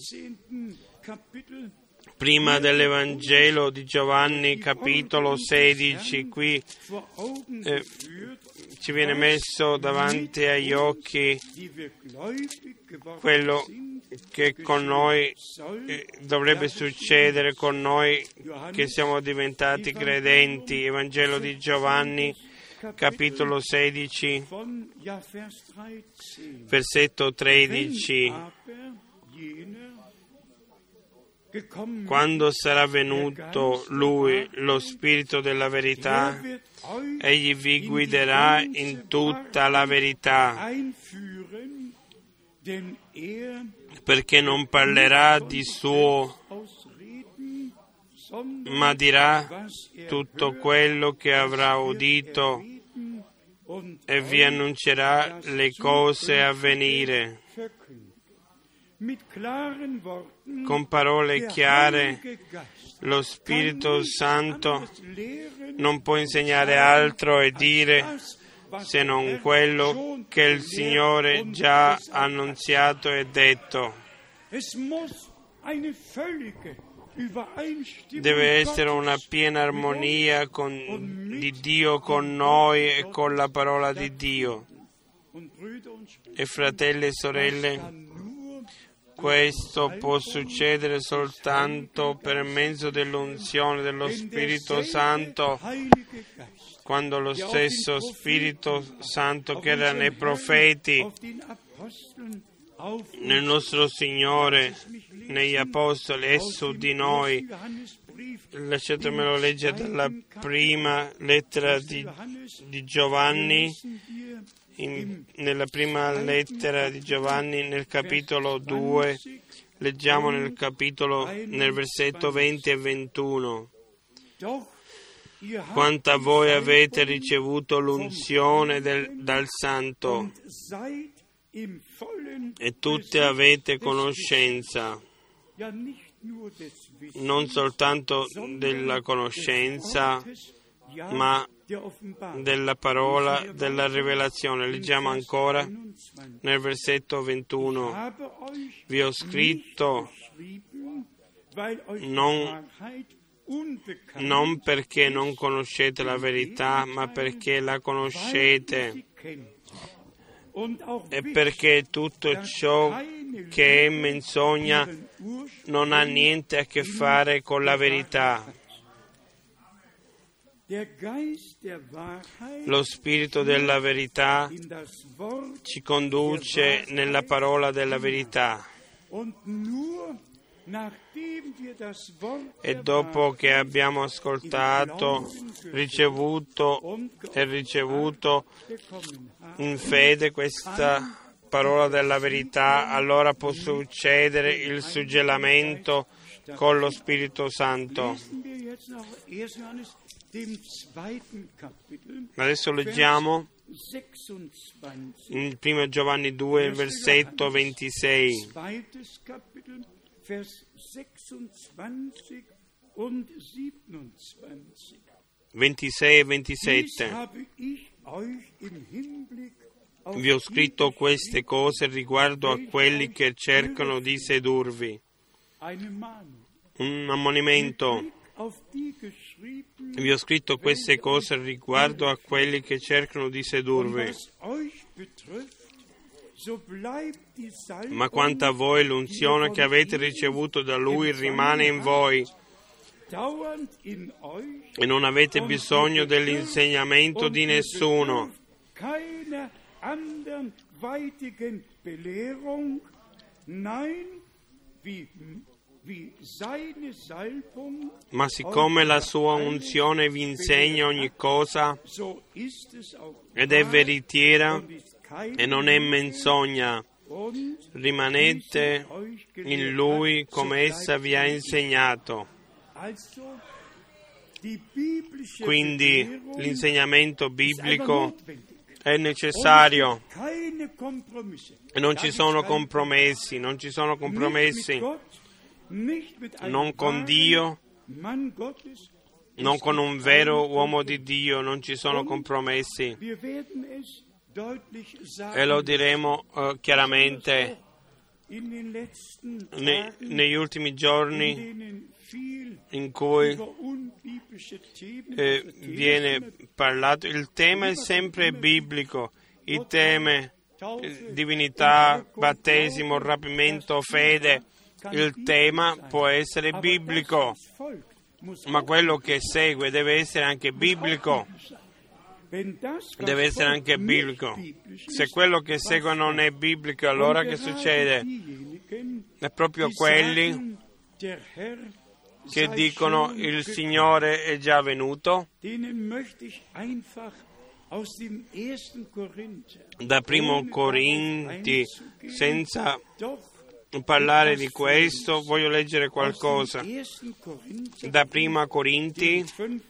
Prima dell'Evangelo di Giovanni, capitolo sedici, qui eh, ci viene messo davanti agli occhi quello che con noi eh, dovrebbe succedere con noi che siamo diventati credenti. Evangelo di Giovanni, capitolo sedici, versetto tredici. Quando sarà venuto Lui, lo Spirito della verità, Egli vi guiderà in tutta la verità, perché non parlerà di suo, ma dirà tutto quello che avrà udito e vi annuncerà le cose a venire. Con parole chiare, lo Spirito Santo non può insegnare altro e dire se non quello che il Signore già ha annunziato e detto. Deve essere una piena armonia con, di Dio con noi e con la parola di Dio. E fratelli e sorelle, questo può succedere soltanto per mezzo dell'unzione dello Spirito Santo, quando lo stesso Spirito Santo che era nei profeti, nel nostro Signore, negli Apostoli e su di noi. Lasciatemelo leggere dalla prima lettera di, di Giovanni. In, nella prima lettera di Giovanni, nel capitolo due, leggiamo nel capitolo, nel versetto venti e ventuno. Quanto a voi avete ricevuto l'unzione del, dal Santo e tutte avete conoscenza, non soltanto della conoscenza, ma della parola della rivelazione. Leggiamo ancora nel versetto ventuno. Vi ho scritto non, non perché non conoscete la verità, ma perché la conoscete, e perché tutto ciò che è menzogna non ha niente a che fare con la verità. Lo Spirito della verità ci conduce nella parola della verità, e dopo che abbiamo ascoltato, ricevuto e ricevuto in fede questa parola della verità, allora può succedere il suggellamento con lo Spirito Santo. Adesso leggiamo in primo Giovanni due, il versetto ventisei. ventisei e ventisette. Vi ho scritto queste cose riguardo a quelli che cercano di sedurvi. un ammonimento. Vi ho scritto queste cose riguardo a quelli che cercano di sedurvi. Ma quanto a voi, l'unzione che avete ricevuto da Lui rimane in voi e non avete bisogno dell'insegnamento di nessuno. Ma siccome la sua unzione vi insegna ogni cosa ed è veritiera e non è menzogna, rimanete in Lui come essa vi ha insegnato. Quindi l'insegnamento biblico è necessario e non ci sono compromessi, non ci sono compromessi, non con Dio, non con un vero uomo di Dio, non ci sono compromessi. E lo diremo uh, chiaramente ne, negli ultimi giorni in cui eh, viene parlato. Il tema è sempre biblico, i temi divinità, battesimo, rapimento, fede. Il tema può essere biblico, ma quello che segue deve essere anche biblico. Deve essere anche biblico. Se quello che segue non è biblico, allora che succede? È proprio quelli che dicono il Signore è già venuto. Da primo Corinti, senza parlare di questo, voglio leggere qualcosa. Da prima Corinti,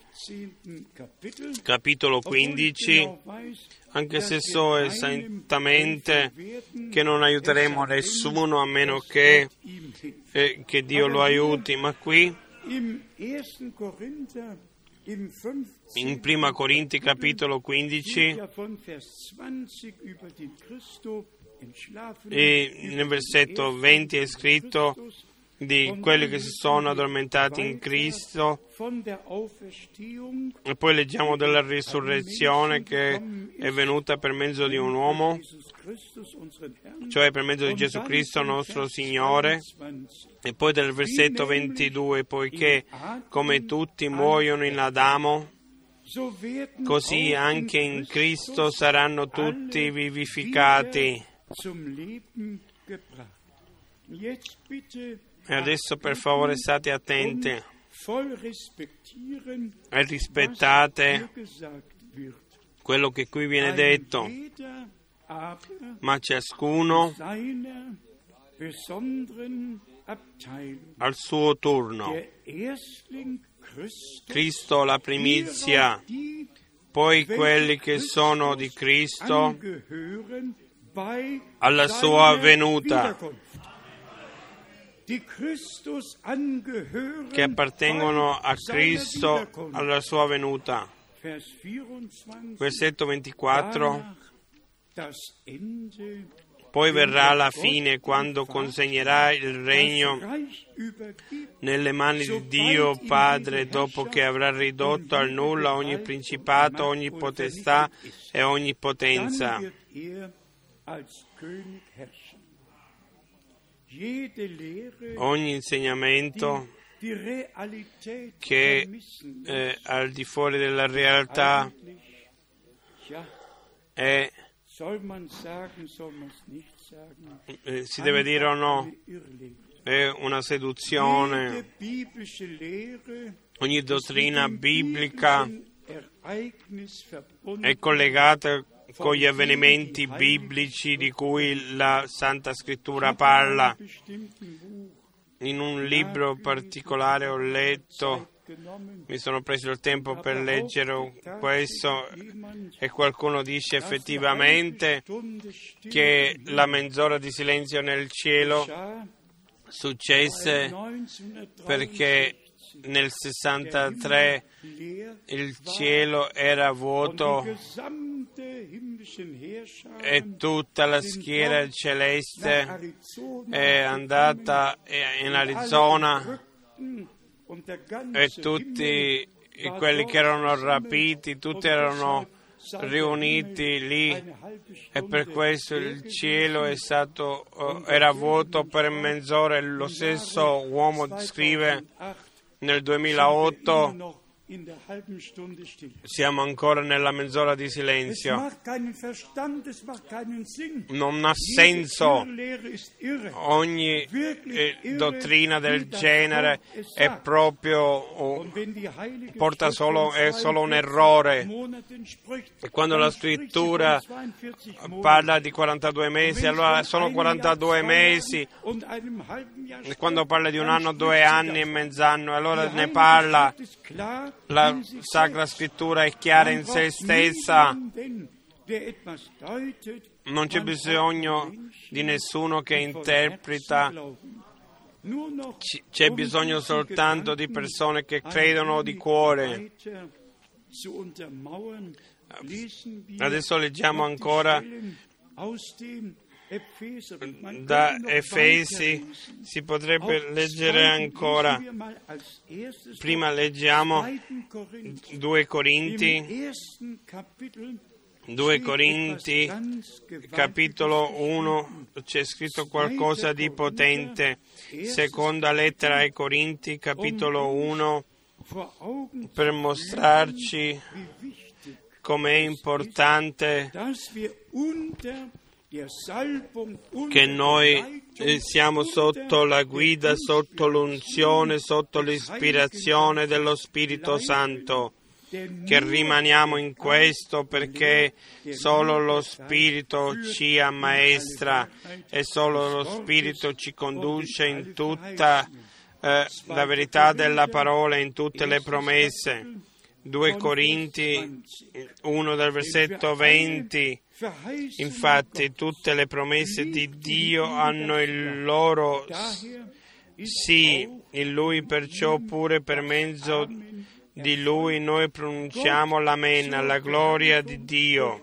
capitolo quindici, anche se so esattamente che non aiuteremo nessuno a meno che, eh, che Dio lo aiuti, ma qui in prima Corinti capitolo quindici e nel versetto venti è scritto di quelli che si sono addormentati in Cristo, e poi leggiamo della risurrezione che è venuta per mezzo di un uomo, cioè per mezzo di Gesù Cristo nostro Signore, e poi del versetto ventidue, poiché come tutti muoiono in Adamo, così anche in Cristo saranno tutti vivificati. E adesso per favore state attenti e rispettate quello che qui viene detto, ma ciascuno al suo turno. Cristo la primizia, poi quelli che sono di Cristo alla sua venuta, che appartengono a Cristo alla sua venuta. Versetto ventiquattro. Poi verrà la fine, quando consegnerà il regno nelle mani di Dio Padre, dopo che avrà ridotto al nulla ogni principato, ogni potestà e ogni potenza. Ogni insegnamento che è al di fuori della realtà è, eh, si deve dire o no, è una seduzione. Ogni dottrina biblica è collegata con gli avvenimenti biblici di cui la Santa Scrittura parla. In un libro particolare ho letto, mi sono preso il tempo per leggere questo, e qualcuno dice effettivamente che la mezz'ora di silenzio nel cielo successe perché nel sessantatré il cielo era vuoto e tutta la schiera celeste è andata in Arizona e tutti quelli che erano rapiti, tutti erano riuniti lì e per questo il cielo è stato, uh, era vuoto per mezz'ora. E lo stesso uomo scrive nel duemilaotto siamo ancora nella mezz'ora di silenzio. Non ha senso. Ogni eh, dottrina del genere è proprio oh, porta solo, è solo un errore. E quando la scrittura parla di quarantadue mesi, allora sono quarantadue mesi. E quando parla di un anno, due anni e mezz'anno, allora ne parla. La Sacra Scrittura è chiara in se stessa, non c'è bisogno di nessuno che interpreta, c'è bisogno soltanto di persone che credono di cuore. Adesso leggiamo ancora da Efesi, si potrebbe leggere ancora. Prima leggiamo due Corinti, due Corinti, capitolo uno, c'è scritto qualcosa di potente. Seconda lettera ai Corinti, capitolo uno, per mostrarci com'è importante che noi siamo sotto la guida, sotto l'unzione, sotto l'ispirazione dello Spirito Santo, che rimaniamo in questo perché solo lo Spirito ci ammaestra e solo lo Spirito ci conduce in tutta eh, la verità della parola, in tutte le promesse. due Corinti uno dal versetto venti. Infatti tutte le promesse di Dio hanno il loro sì in Lui, perciò pure per mezzo di Lui noi pronunciamo l'Amen alla gloria di Dio.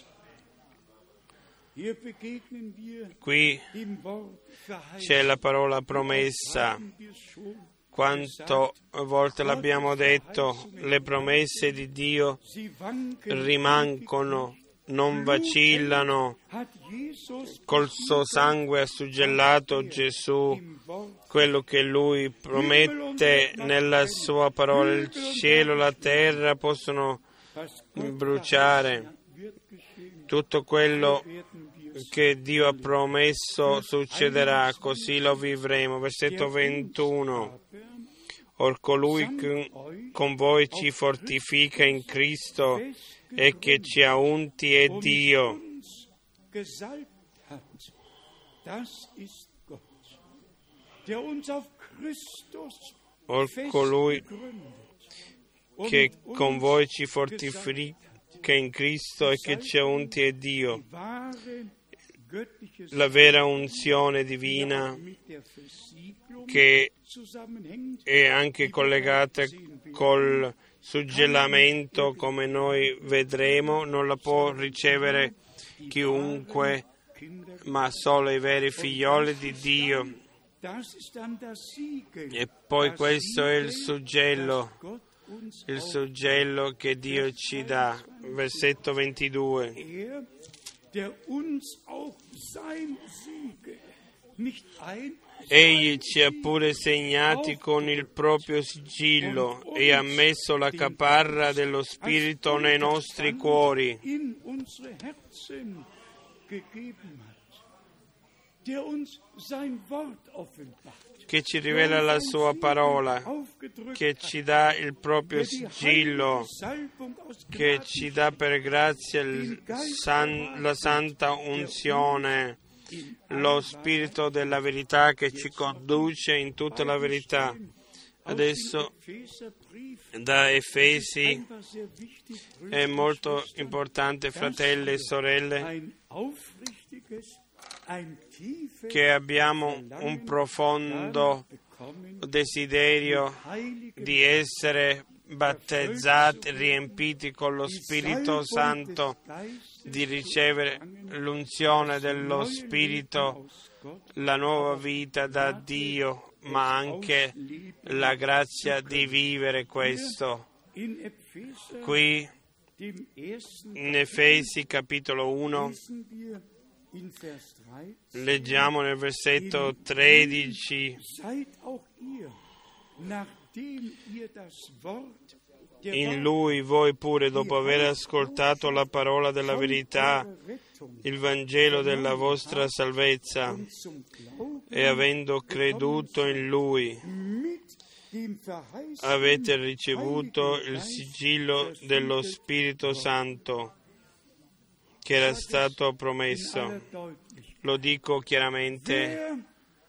Qui c'è la parola promessa. Quante volte l'abbiamo detto, le promesse di Dio rimangono, non vacillano. Col suo sangue ha suggellato Gesù quello che Lui promette nella sua parola. Il cielo e la terra possono bruciare. Tutto quello che Dio ha promesso succederà, così lo vivremo. Versetto ventuno. Or colui che con voi ci fortifica in Cristo e che ci ha unti è Dio. Or colui che con voi ci fortifica in Cristo e che ci ha unti è Dio. La vera unzione divina, che è anche collegata col suggellamento, come noi vedremo, non la può ricevere chiunque, ma solo i veri figlioli di Dio. E poi questo è il suggello, il suggello che Dio ci dà. Versetto ventidue. Egli ci ha pure segnati con il proprio sigillo e ha messo la caparra dello Spirito nei nostri cuori. Che ci rivela la sua parola, che ci dà il proprio sigillo, che ci dà per grazia il san, la santa unzione, lo Spirito della verità che ci conduce in tutta la verità. Adesso da Efesi è molto importante, fratelli e sorelle, che abbiamo un profondo desiderio di essere battezzati, riempiti con lo Spirito Santo, di ricevere l'unzione dello Spirito, la nuova vita da Dio, ma anche la grazia di vivere questo. Qui in Efesi capitolo uno leggiamo nel versetto tredici: in Lui voi pure, dopo aver ascoltato la parola della verità, il Vangelo della vostra salvezza, e avendo creduto in Lui, avete ricevuto il sigillo dello Spirito Santo che era stato promesso. Lo dico chiaramente: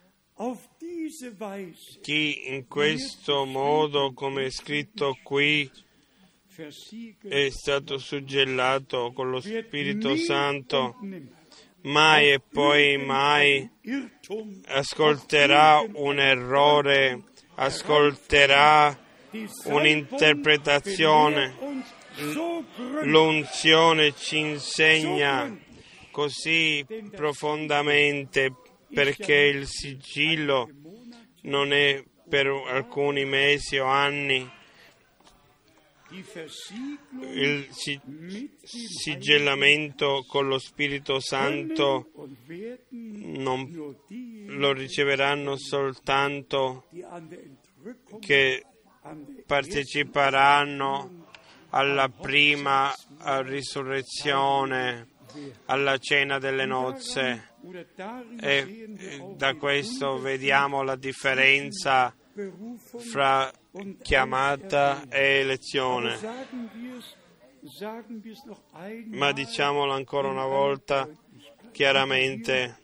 chi in questo modo, come è scritto qui, è stato suggellato con lo Spirito Santo, mai e poi mai ascolterà un errore, ascolterà un'interpretazione. L'unzione ci insegna così profondamente, perché il sigillo non è per alcuni mesi o anni. Il sigellamento con lo Spirito Santo non lo riceveranno soltanto che parteciperanno alla prima risurrezione, alla cena delle nozze, e da questo vediamo la differenza fra chiamata e elezione. Ma diciamolo ancora una volta chiaramente,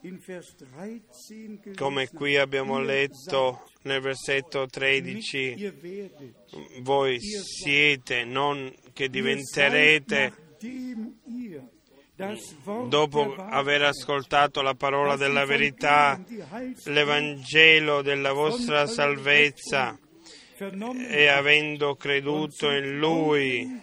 come qui abbiamo letto nel versetto tredici: voi siete, non che diventerete, dopo aver ascoltato la parola della verità, l'Evangelo della vostra salvezza, e avendo creduto in Lui,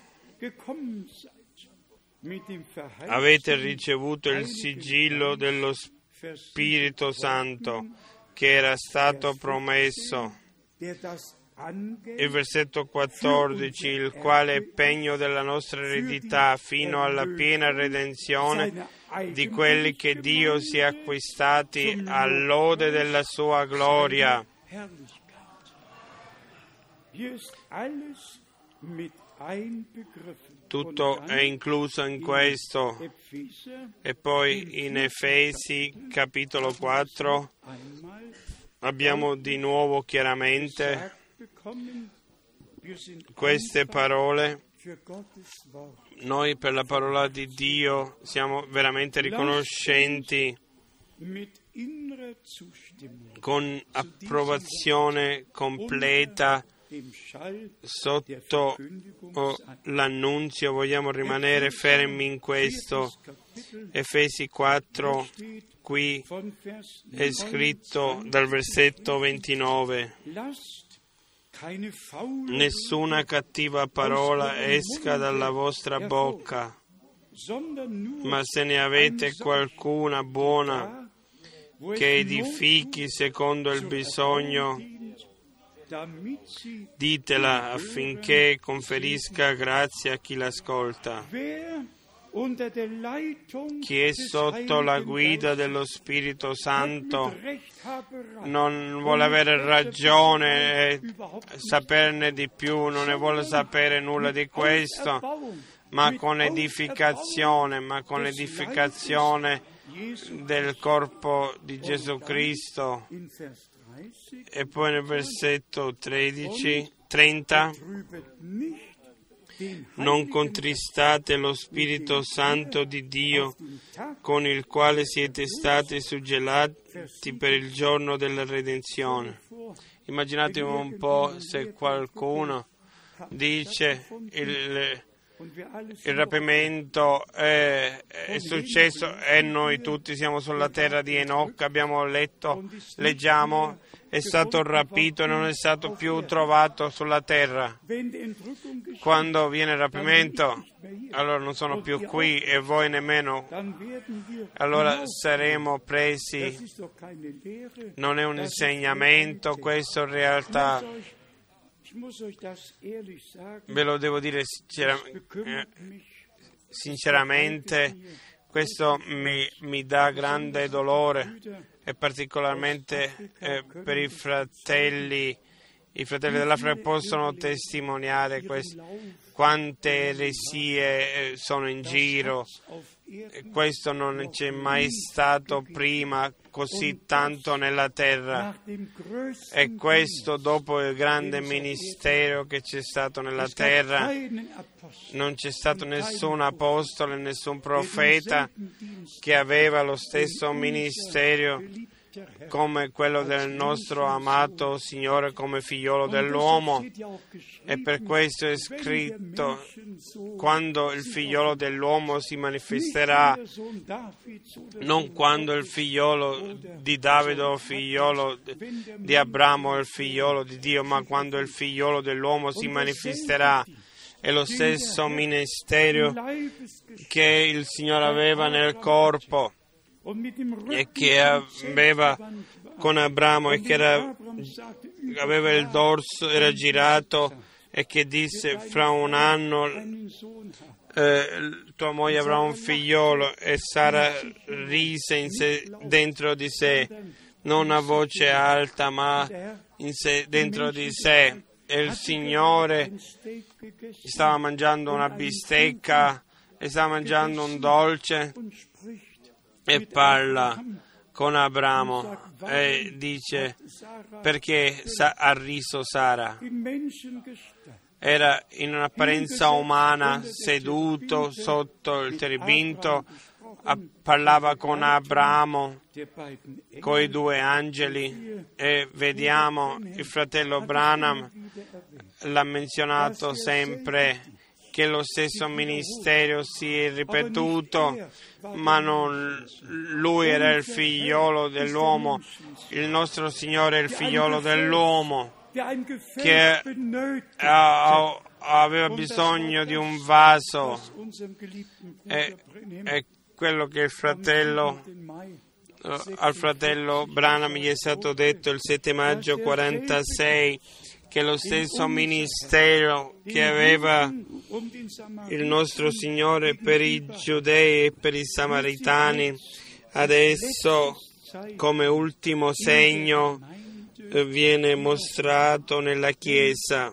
avete ricevuto il sigillo dello Spirito Santo che era stato promesso. Il versetto quattordici: il quale è pegno della nostra eredità fino alla piena redenzione di quelli che Dio si è acquistati all'ode della sua gloria. Tutto è incluso in questo. E poi in Efesi capitolo quattro abbiamo di nuovo chiaramente queste parole. Noi per la parola di Dio siamo veramente riconoscenti, con approvazione completa sotto oh, l'annunzio. Vogliamo rimanere fermi in questo. Efesi quattro, qui è scritto dal versetto ventinove: nessuna cattiva parola esca dalla vostra bocca, ma se ne avete qualcuna buona che edifichi secondo il bisogno, ditela affinché conferisca grazia a chi l'ascolta. Chi è sotto la guida dello Spirito Santo non vuole avere ragione e saperne di più, non ne vuole sapere nulla di questo, ma con edificazione, ma con edificazione del corpo di Gesù Cristo. E poi nel versetto tredici, trenta: non contristate lo Spirito Santo di Dio, con il quale siete stati suggellati per il giorno della redenzione. Immaginatevi un po' se qualcuno dice il il rapimento è, è successo e noi tutti siamo sulla terra di Enoch, abbiamo letto, leggiamo, è stato rapito e non è stato più trovato sulla terra. Quando viene il rapimento, allora non sono più qui e voi nemmeno, allora saremo presi. Non è un insegnamento, questo in realtà, ve lo devo dire sinceramente, questo mi, mi dà grande dolore, e particolarmente eh, per i fratelli, i fratelli dell'Africa possono testimoniare questo, quante eresie eh, sono in giro. Questo non c'è mai stato prima così tanto nella terra, e questo dopo il grande ministero che c'è stato nella terra. Non c'è stato nessun apostolo, nessun profeta che aveva lo stesso ministero come quello del nostro amato Signore, come figliolo dell'uomo. E per questo è scritto: quando il figliolo dell'uomo si manifesterà, non quando il figliolo di Davide o il figliolo di Abramo o il figliolo di Dio, ma quando il figliolo dell'uomo si manifesterà. È lo stesso ministero che il Signore aveva nel corpo e che aveva con Abramo, e che era, aveva il dorso, era girato, e che disse: fra un anno eh, tua moglie avrà un figliolo. E Sara rise in sé, dentro di sé, non a voce alta, ma in sé, dentro di sé. E il Signore stava mangiando una bistecca e stava mangiando un dolce, e parla con Abramo e dice: perché ha riso Sara? Era in un'apparenza umana, seduto sotto il terebinto, parlava con Abramo, con i due angeli, e vediamo il fratello Branham l'ha menzionato sempre, che lo stesso ministero si è ripetuto, ma non lui era il figliolo dell'uomo, il nostro Signore è il figliolo dell'uomo, che ha, aveva bisogno di un vaso, e, e quello che il fratello al fratello Branham gli è stato detto il sette maggio quarantasei, che lo stesso ministero che aveva il nostro Signore per i giudei e per i samaritani, adesso come ultimo segno viene mostrato nella Chiesa.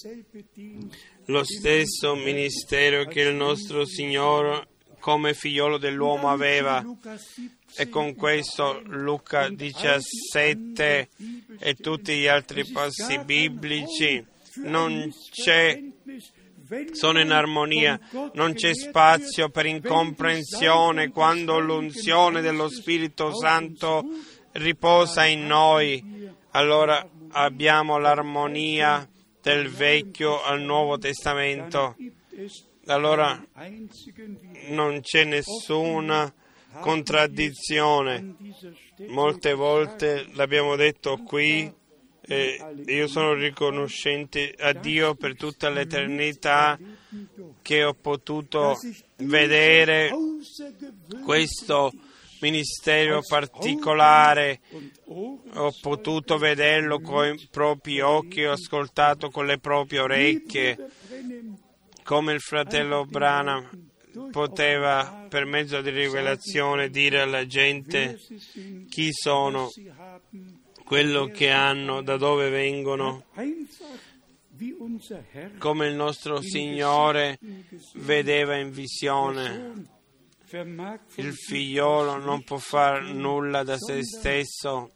Lo stesso ministero che il nostro Signore come figliolo dell'uomo aveva. E con questo Luca diciassette e tutti gli altri passi biblici non c'è, sono in armonia, non c'è spazio per incomprensione quando l'unzione dello Spirito Santo riposa in noi. Allora abbiamo l'armonia del Vecchio al Nuovo Testamento. Allora non c'è nessuna contraddizione. Molte volte l'abbiamo detto qui, e io sono riconoscente a Dio per tutta l'eternità che ho potuto vedere questo ministero particolare, ho potuto vederlo con i propri occhi, ho ascoltato con le proprie orecchie, come il fratello Branham poteva per mezzo di rivelazione dire alla gente chi sono, quello che hanno, da dove vengono, come il nostro Signore vedeva in visione. Il figliolo non può fare nulla da se stesso,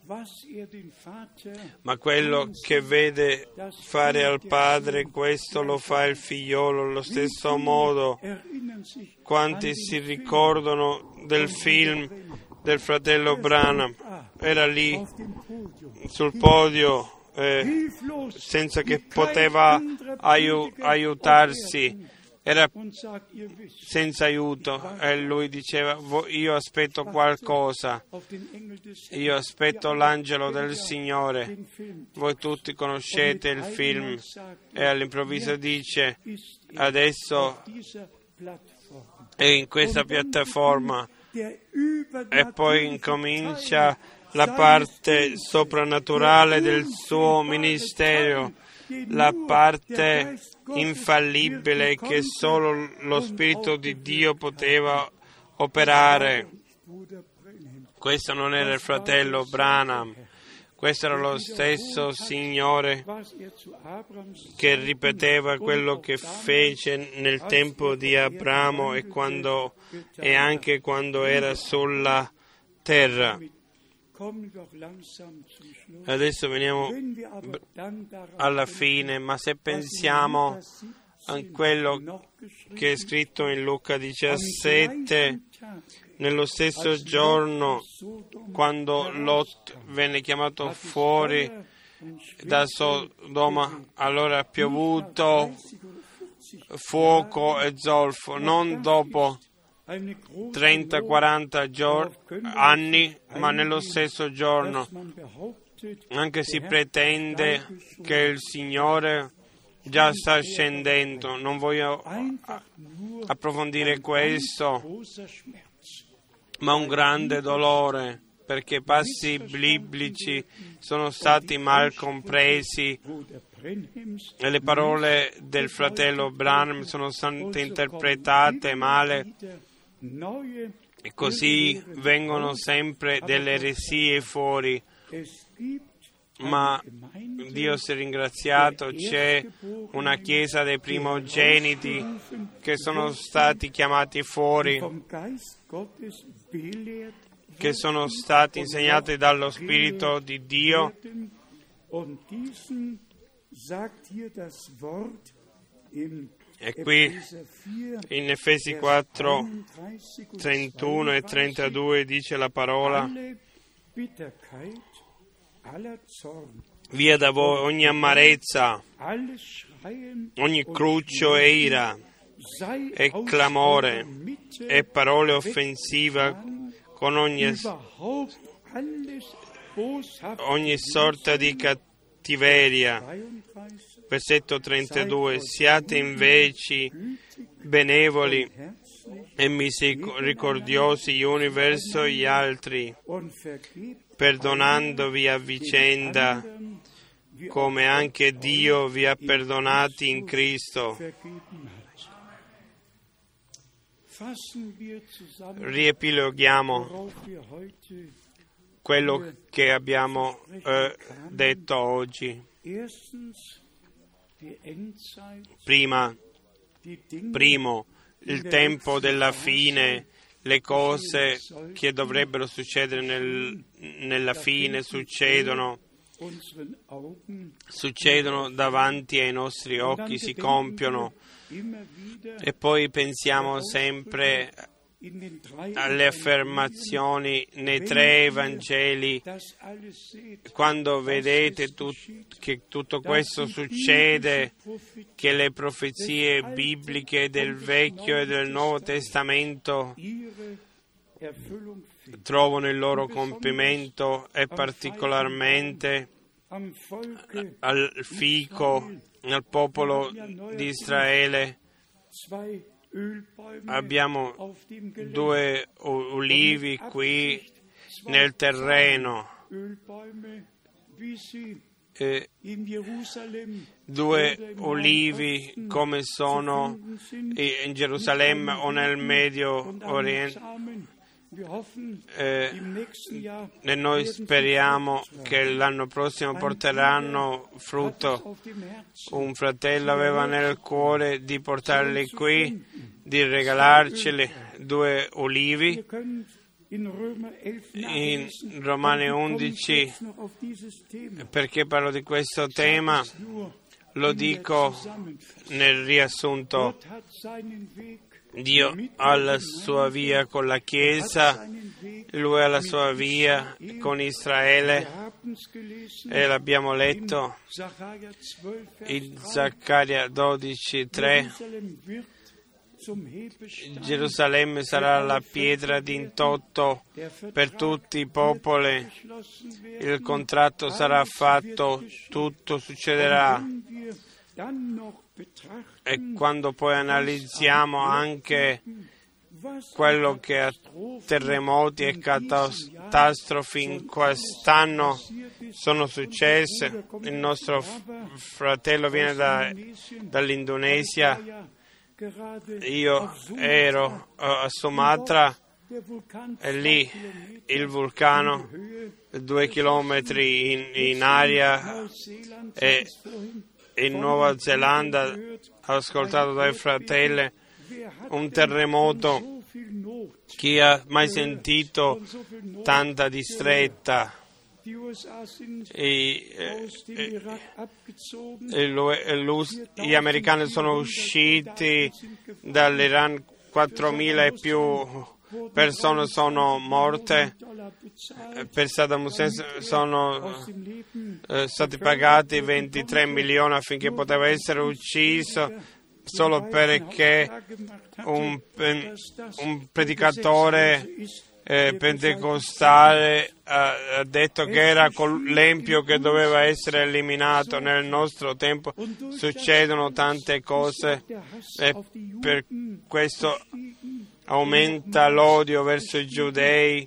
ma quello che vede fare al padre, questo lo fa il figliolo allo stesso modo. Quanti si ricordano del film del fratello Branham? Era lì sul podio eh, senza che poteva aiu- aiutarsi, era und sagt, ihr wisst, senza aiuto e lui diceva: io aspetto qualcosa, auf den Engel des Herrn. io aspetto l'angelo del Signore. Voi tutti conoscete il film e all'improvviso dice: adesso Dieser Plattform. è in questa piattaforma, e poi incomincia la parte soprannaturale del suo ministero, la parte infallibile che solo lo Spirito di Dio poteva operare. Questo non era il fratello Branham, questo era lo stesso Signore che ripeteva quello che fece nel tempo di Abramo e, quando, e anche quando era sulla terra. Adesso veniamo alla fine, ma se pensiamo a quello che è scritto in Luca diciassette, nello stesso giorno, quando Lot venne chiamato fuori da Sodoma, allora ha piovuto fuoco e zolfo, non dopo trenta quaranta anni, ma nello stesso giorno. Anche si pretende che il Signore già sta scendendo. Non voglio approfondire questo, ma un grande dolore, perché passi biblici sono stati mal compresi e le parole del fratello Branham sono state interpretate male, e così vengono sempre delle eresie fuori. Ma Dio sia ringraziato, c'è una chiesa dei primogeniti che sono stati chiamati fuori, che sono stati insegnati dallo Spirito di Dio. E qui in Efesi quattro, trentuno e trentadue dice la parola: via da voi ogni amarezza, ogni cruccio e ira, e clamore, e parole offensive, con ogni, ogni sorta di cattiveria. Versetto trentadue: siate invece benevoli e misericordiosi gli uni verso gli altri, perdonandovi a vicenda, come anche Dio vi ha perdonati in Cristo. Riepiloghiamo quello che abbiamo eh, detto oggi. Prima, primo, il tempo della fine, le cose che dovrebbero succedere nel, nella fine succedono, succedono davanti ai nostri occhi, si compiono, e poi pensiamo sempre alle affermazioni nei tre Evangeli. Quando vedete tut- che tutto questo succede, che le profezie bibliche del Vecchio e del Nuovo Testamento trovano il loro compimento, e particolarmente al fico, al popolo di Israele. Abbiamo due ulivi qui nel terreno, e due ulivi come sono in Gerusalemme o nel Medio Oriente. Eh, e noi speriamo che l'anno prossimo porteranno frutto. Un fratello aveva nel cuore di portarli qui, di regalarceli due ulivi. In Romani undici, perché parlo di questo tema? Lo dico nel riassunto. Dio ha la sua via con la Chiesa, Lui ha la sua via con Israele, e l'abbiamo letto in Zaccaria dodici tre. Gerusalemme sarà la pietra d'intotto per tutti i popoli, il contratto sarà fatto, tutto succederà. E quando poi analizziamo anche quello che a terremoti e catastrofi in quest'anno sono successe, il nostro fratello viene da, dall'Indonesia, io ero a Sumatra e lì il vulcano, due chilometri in, in aria, e in Nuova Zelanda, ho ascoltato dai fratelli, un terremoto. Chi ha mai sentito tanta distretta? I, eh, eh, gli americani sono usciti dall'Iran, quattromila e più persone sono morte, per Saddam Hussein sono eh, stati pagati ventitré milioni affinché poteva essere ucciso solo perché un, un predicatore eh, pentecostale ha, ha detto che era l'empio che doveva essere eliminato. Nel nostro tempo succedono tante cose e per questo aumenta l'odio verso i giudei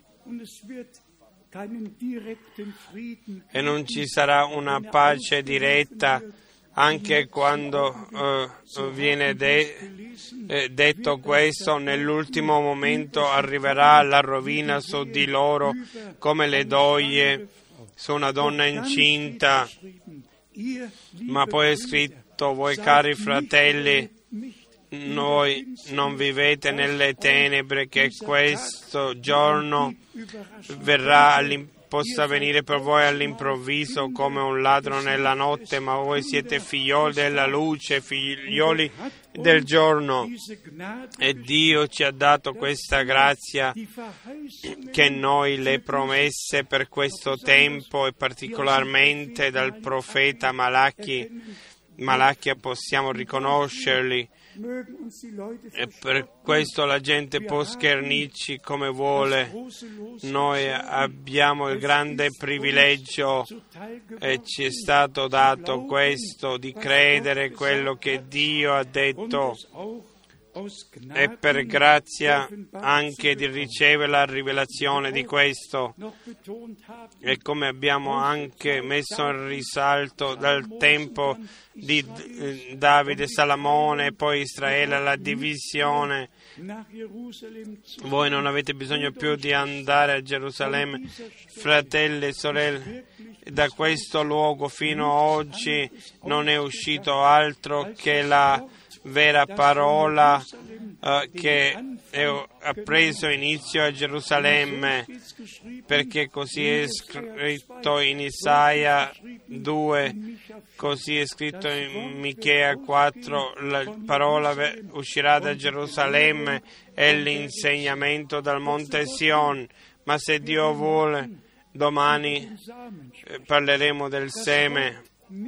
e non ci sarà una pace diretta. Anche quando eh, viene de- eh, detto questo, nell'ultimo momento arriverà la rovina su di loro come le doglie su una donna incinta. Ma poi è scritto: voi cari fratelli, noi non vivete nelle tenebre, che questo giorno verrà all'improvviso, possa venire per voi all'improvviso come un ladro nella notte, ma voi siete figlioli della luce, figlioli del giorno. E Dio ci ha dato questa grazia, che noi le promesse per questo tempo, e particolarmente dal profeta Malachia, Malachia possiamo riconoscerli. E per questo la gente può schernirci come vuole. Noi abbiamo il grande privilegio, e ci è stato dato questo, di credere quello che Dio ha detto, e per grazia anche di ricevere la rivelazione di questo. E come abbiamo anche messo in risalto dal tempo di Davide, Salomone e poi Israele, la divisione, voi non avete bisogno più di andare a Gerusalemme, fratelli e sorelle. Da questo luogo fino ad oggi non è uscito altro che la vera parola uh, che è, ha preso inizio a Gerusalemme, perché così è scritto in Isaia due, così è scritto in Michea quattro, la parola uscirà da Gerusalemme e l'insegnamento dal monte Sion. Ma se Dio vuole, domani parleremo del seme.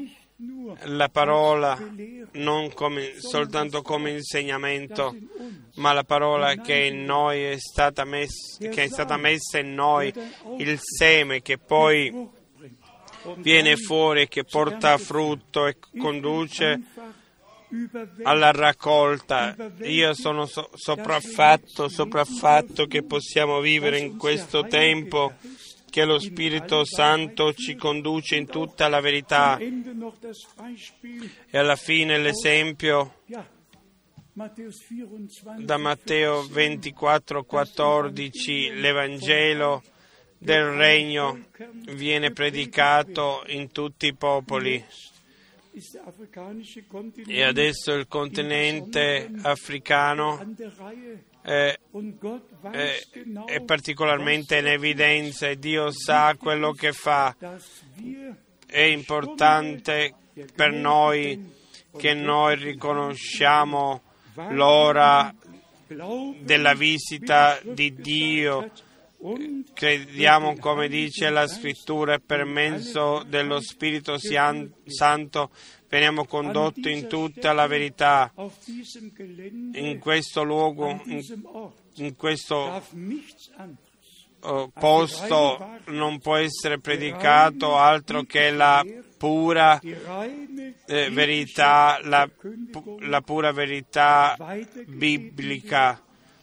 La parola non come, soltanto come insegnamento, ma la parola che in noi è stata messa, che è stata messa in noi, il seme che poi viene fuori e che porta frutto e conduce alla raccolta. Io sono so- sopraffatto, sopraffatto che possiamo vivere in questo tempo, che lo Spirito Santo ci conduce in tutta la verità. E alla fine l'esempio da Matteo ventiquattro quattordici, l'Evangelo del Regno viene predicato in tutti i popoli. E adesso il continente africano è, è, è particolarmente in evidenza, e Dio sa quello che fa. È importante per noi che noi riconosciamo l'ora della visita di Dio crediamo, come dice la Scrittura, e per mezzo dello Spirito Santo veniamo condotti in tutta la verità. In questo luogo, in, in questo uh, posto non può essere predicato altro che la pura eh, verità, la, pu- la pura verità biblica.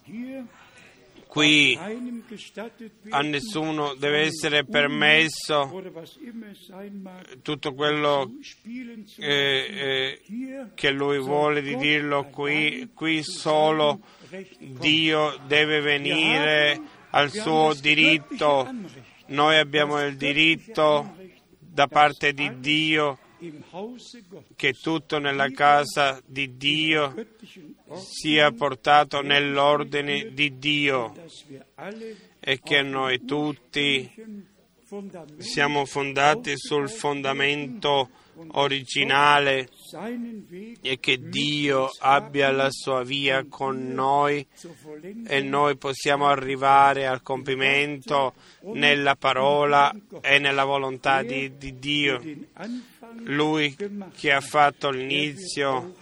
Qui a nessuno deve essere permesso tutto quello eh, eh, che lui vuole di dirlo qui. Qui solo Dio deve venire al suo diritto. Noi abbiamo il diritto da parte di Dio che tutto nella casa di Dio sia portato nell'ordine di Dio e che noi tutti siamo fondati sul fondamento originale e che Dio abbia la sua via con noi e noi possiamo arrivare al compimento nella parola e nella volontà di, di Dio. Lui che ha fatto l'inizio,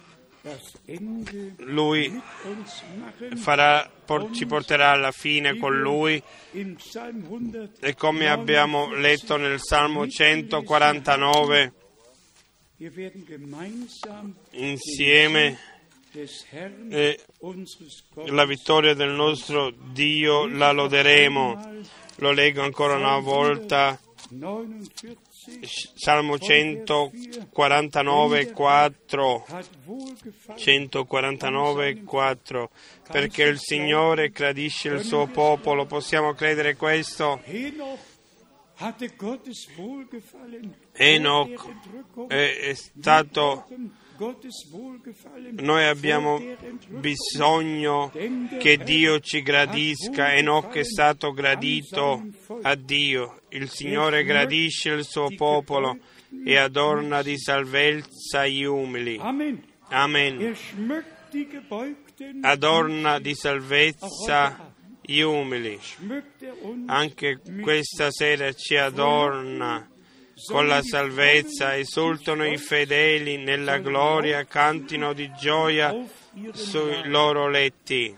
Lui farà, por, ci porterà alla fine con Lui, e come abbiamo letto nel Salmo centoquarantanove, insieme eh, la vittoria del nostro Dio la loderemo. Lo leggo ancora una volta. Salmo centoquarantanove, quattro. centoquarantanove, quattro. Perché il Signore gradisce il suo popolo. Possiamo credere questo? Enoch è, è stato... Noi abbiamo bisogno che Dio ci gradisca. Enoch è stato gradito a Dio. Il Signore gradisce il suo popolo e adorna di salvezza gli umili. Amen. Adorna di salvezza gli umili. Anche questa sera ci adorna con la salvezza. Esultano i fedeli nella gloria, cantino di gioia sui loro letti.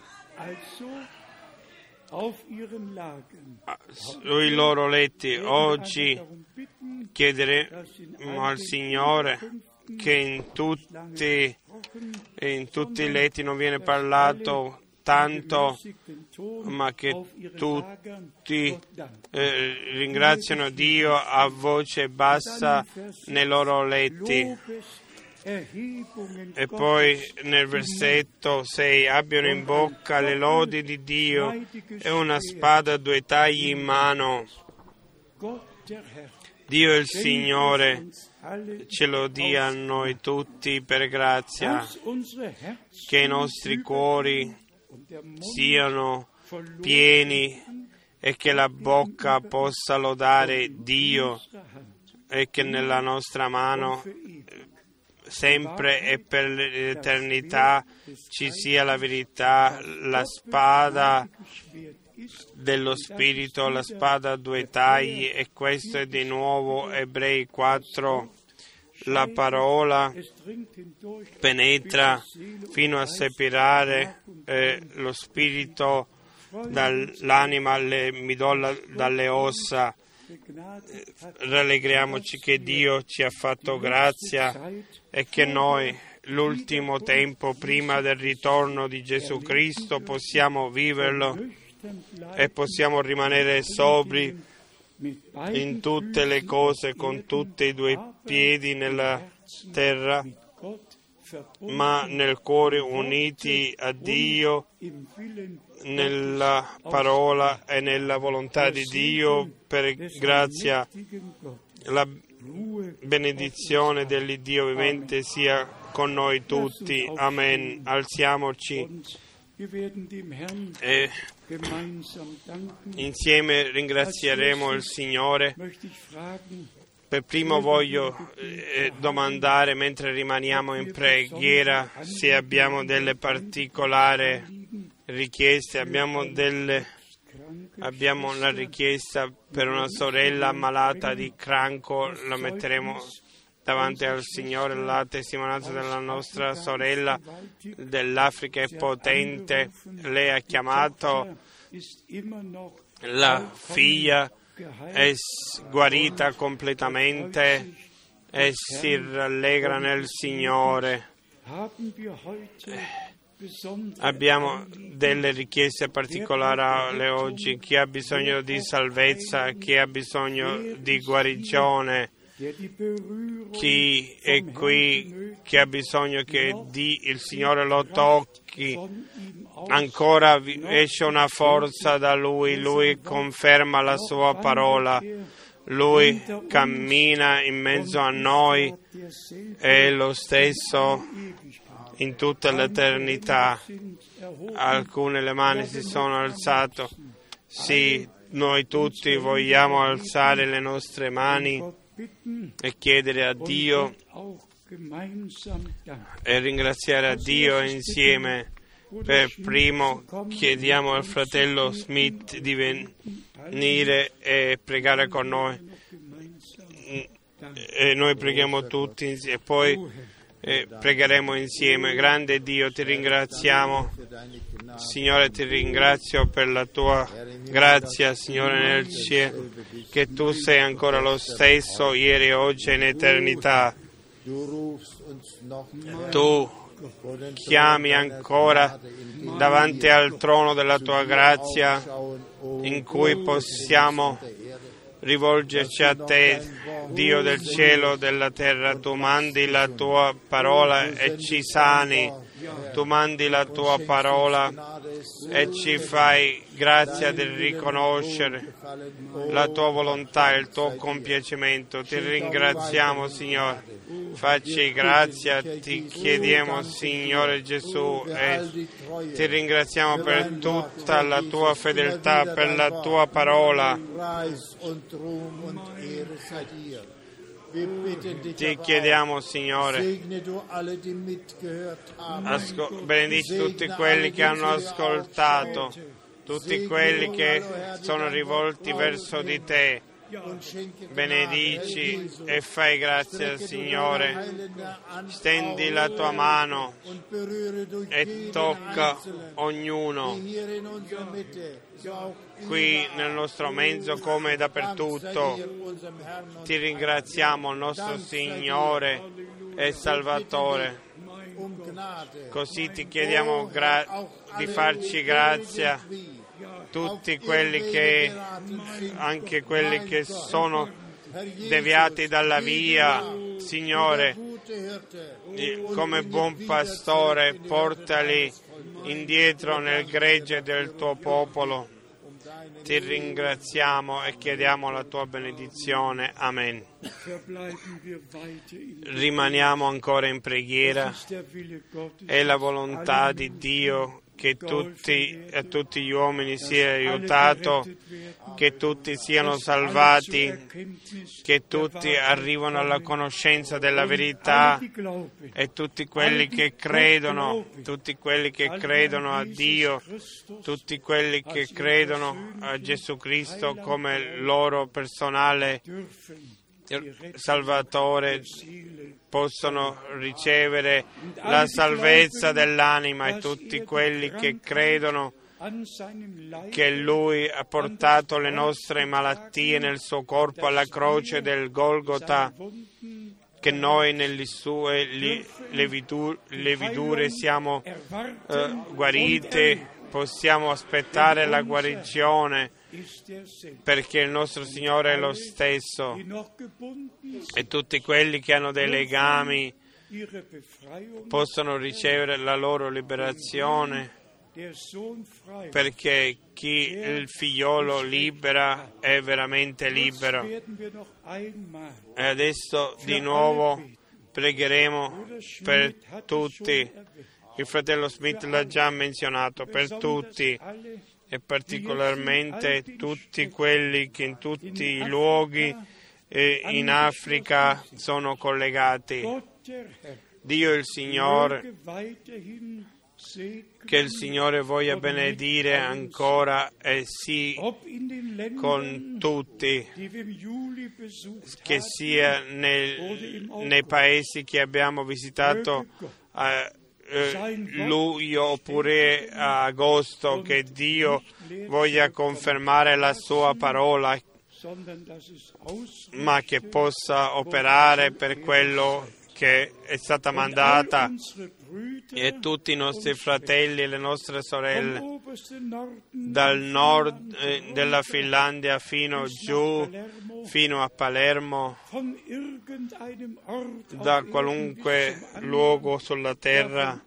Sui loro letti. Oggi chiederemo al Signore che in tutti, in tutti i letti non viene parlato tanto, ma che tutti eh, ringraziano Dio a voce bassa nei loro letti. E poi nel versetto sei, abbiano in bocca le lodi di Dio e una spada a due tagli in mano. Dio il Signore ce lo dia a noi tutti per grazia, che i nostri cuori siano pieni e che la bocca possa lodare Dio e che nella nostra mano sempre e per l'eternità ci sia la verità, la spada dello Spirito, la spada a due tagli, e questo è di nuovo Ebrei quattro. La parola penetra fino a separare eh, lo spirito dall'anima, le midolla dalle ossa. Rallegriamoci che Dio ci ha fatto grazia e che noi, l'ultimo tempo prima del ritorno di Gesù Cristo, possiamo viverlo e possiamo rimanere sobri in tutte le cose, con tutti e due piedi nella terra, ma nel cuore uniti a Dio, nella parola e nella volontà di Dio, per grazia. La benedizione dell'Iddio vivente sia con noi tutti. Amen. Alziamoci e insieme ringrazieremo il Signore. Per primo voglio eh, domandare, mentre rimaniamo in preghiera, se abbiamo delle particolari richieste, abbiamo delle Abbiamo una richiesta per una sorella ammalata di cancro, la metteremo davanti al Signore. La testimonianza della nostra sorella dell'Africa è potente. Lei ha chiamato, la figlia è guarita completamente e si rallegra nel Signore. Abbiamo delle richieste particolari oggi: chi ha bisogno di salvezza, chi ha bisogno di guarigione, chi è qui che ha bisogno che di, il Signore lo tocchi. Ancora esce una forza da Lui, Lui conferma la Sua parola, Lui cammina in mezzo a noi, è lo stesso in tutta l'eternità. Alcune le mani si sono alzate. Sì, noi tutti vogliamo alzare le nostre mani e chiedere a Dio e ringraziare a Dio insieme. Per primo chiediamo al fratello Smith di venire e pregare con noi, e noi preghiamo tutti insieme, e poi eh, pregheremo insieme. Grande Dio, ti ringraziamo, Signore, ti ringrazio per la tua grazia, Signore, nel cielo, che tu sei ancora lo stesso ieri, oggi e in eternità. Tu chiami ancora davanti al trono della tua grazia, in cui possiamo rivolgerci a te, Dio del cielo, della terra. Tu mandi la tua parola e ci sani, tu mandi la tua parola e ci fai grazia di riconoscere la tua volontà e il tuo compiacimento. Ti ringraziamo, Signore. Facci grazia, ti chiediamo, Signore Gesù, e ti ringraziamo per tutta la tua fedeltà, per la tua parola. Ti chiediamo, Signore, asco- benedici tutti quelli che hanno ascoltato, tutti quelli che sono rivolti verso di te. Benedici e fai grazia, Signore. Stendi la tua mano e tocca ognuno qui nel nostro mezzo come dappertutto. Ti ringraziamo, nostro Signore e Salvatore. Così ti chiediamo gra- di farci grazia, tutti quelli che, anche quelli che sono deviati dalla via, Signore, come buon pastore, portali indietro nel gregge del tuo popolo. Ti ringraziamo e chiediamo la tua benedizione. Amen. Rimaniamo ancora in preghiera. È la volontà di Dio che tutti, a tutti gli uomini sia aiutato, che tutti siano salvati, che tutti arrivino alla conoscenza della verità, e tutti quelli che credono, tutti quelli che credono a Dio, tutti quelli che credono a Gesù Cristo come loro personale Salvatore, possono ricevere la salvezza dell'anima, e tutti quelli che credono che Lui ha portato le nostre malattie nel suo corpo alla croce del Golgota, che noi nelle sue li, levidu, levidure siamo eh, guarite, possiamo aspettare la guarigione, perché il nostro Signore è lo stesso, e tutti quelli che hanno dei legami possono ricevere la loro liberazione, perché chi il figliolo libera è veramente libero. E adesso di nuovo pregheremo per tutti. Il fratello Smith l'ha già menzionato, per tutti, e particolarmente tutti quelli che in tutti i luoghi eh, in Africa sono collegati. Dio il Signore Che il Signore voglia benedire ancora e sì con tutti, che sia nel, nei paesi che abbiamo visitato a eh, luglio oppure a agosto, che Dio voglia confermare la sua parola, ma che possa operare per quello che è stata mandata, e tutti i nostri fratelli e le nostre sorelle dal nord eh, della Finlandia fino giù, fino a Palermo, da qualunque luogo sulla terra,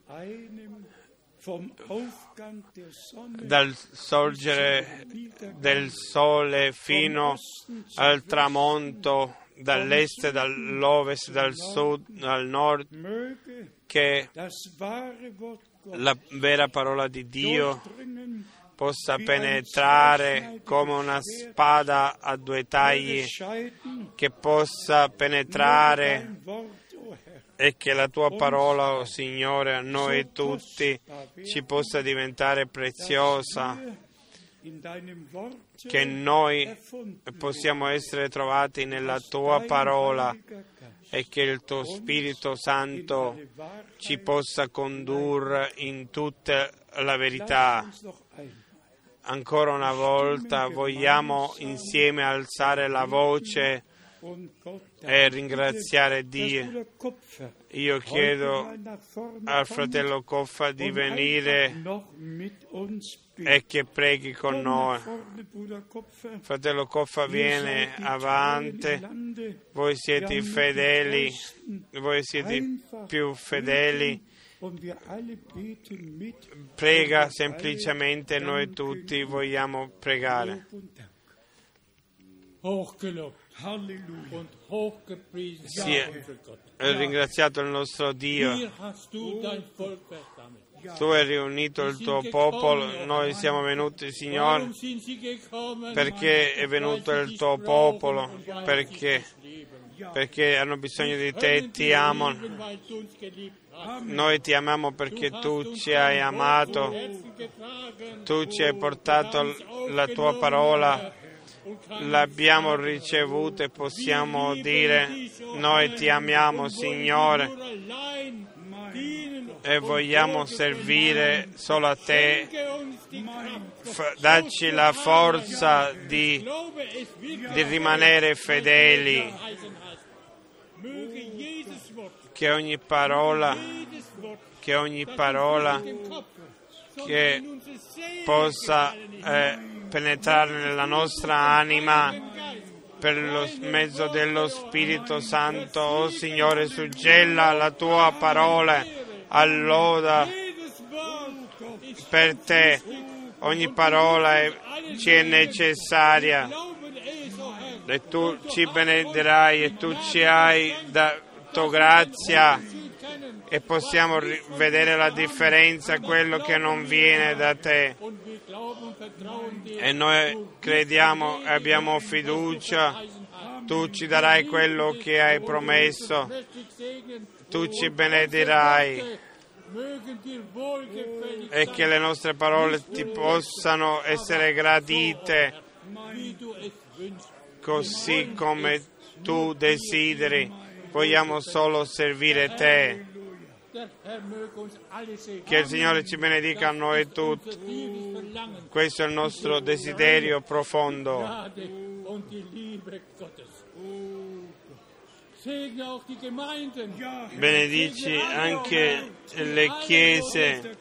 dal sorgere del sole fino al tramonto, dall'est, dall'ovest, dal sud, dal nord, che la vera parola di Dio possa penetrare come una spada a due tagli, che possa penetrare, e che la tua parola, oh Signore, a noi tutti ci possa diventare preziosa, che noi possiamo essere trovati nella tua parola, e che il tuo Spirito Santo ci possa condurre in tutta la verità. Ancora una volta vogliamo insieme alzare la voce e ringraziare Dio. Io chiedo al fratello Coffa di venire e che preghi con noi. Fratello Coffa, viene avanti. Voi siete fedeli, voi siete più fedeli. Prega semplicemente, noi tutti vogliamo pregare. Sia ringraziato il nostro Dio. Tu hai riunito il tuo popolo, noi siamo venuti, Signore, perché è venuto il tuo popolo, perché, perché hanno bisogno di te, ti amano. Noi ti amiamo perché tu ci hai amato, tu ci hai portato la tua parola, l'abbiamo ricevuta e possiamo dire: noi ti amiamo, Signore, e vogliamo servire solo a te. F- dacci la forza di, di rimanere fedeli, che ogni parola, che ogni parola che possa eh, penetrare nella nostra anima per lo mezzo dello Spirito Santo. Oh Signore, suggella la tua parola, alloda per te. Ogni parola è, ci è necessaria, e tu ci benedirai, e tu ci hai dato grazia, e possiamo vedere la differenza, quello che non viene da te. E noi crediamo e abbiamo fiducia, tu ci darai quello che hai promesso, tu ci benedirai, e che le nostre parole ti possano essere gradite, così come tu desideri. Vogliamo solo servire te. Che il Signore ci benedica a noi tutti. Questo è il nostro desiderio profondo. Benedici anche le chiese,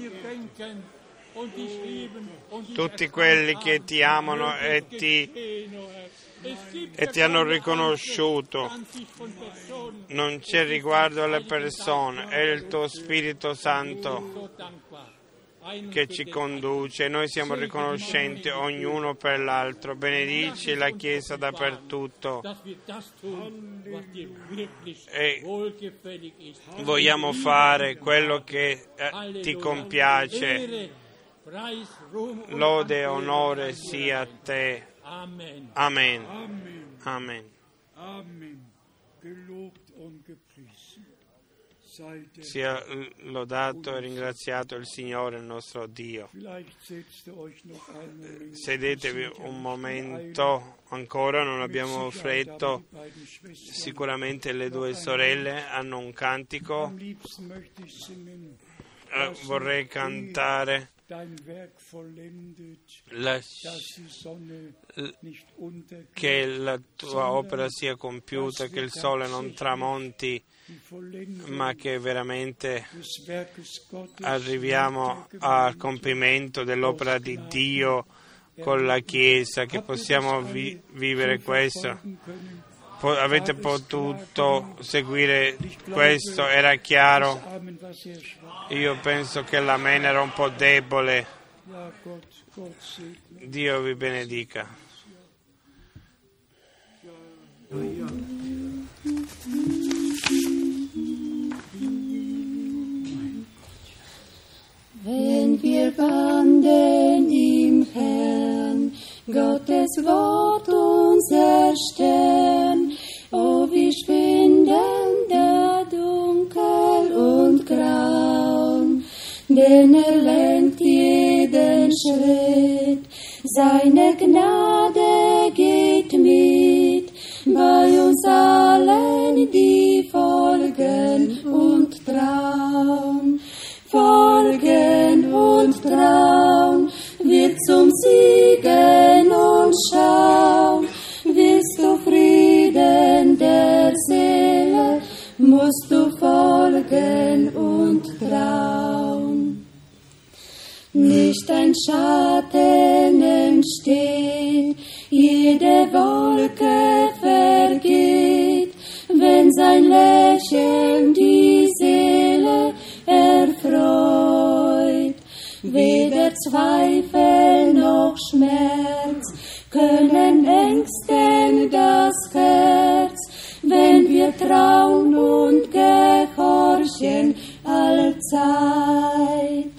tutti quelli che ti amano e ti, e ti hanno riconosciuto. Non c'è riguardo alle persone, è il tuo Spirito Santo che ci conduce. Noi siamo riconoscenti ognuno per l'altro. Benedici la Chiesa dappertutto, e vogliamo fare quello che eh, ti compiace. Lode e onore sia a te. Amen. Amen. Amen. Gelobt und gepriesen Sia lodato e ringraziato il Signore, il nostro Dio. Sedetevi un momento, ancora non abbiamo freddo. Sicuramente le due sorelle hanno un cantico. Eh, vorrei cantare la, che la tua opera sia compiuta, che il sole non tramonti, ma che veramente arriviamo al compimento dell'opera di Dio con la Chiesa, che possiamo vi- vivere questo. Po- avete potuto seguire questo? Era chiaro? Io penso che l'amen era un po' debole. Dio vi benedica. Wenn wir wandeln im Herrn, Gottes Wort unser Stern, oh wie schwindend da dunkel und grau, denn er lenkt jeden Schritt, seine Gnade geht mit, bei uns allen, die folgen und trauen. Folgen und trauen, wird zum Siegen und schauen. Willst du Frieden der Seele, musst du folgen und trauen. Nicht ein Schatten entsteht, jede Wolke vergeht, wenn sein Lächeln die Seele erfreut. Weder Zweifel noch Schmerz können ängsten das Herz, wenn wir trauen und gehorchen allzeit.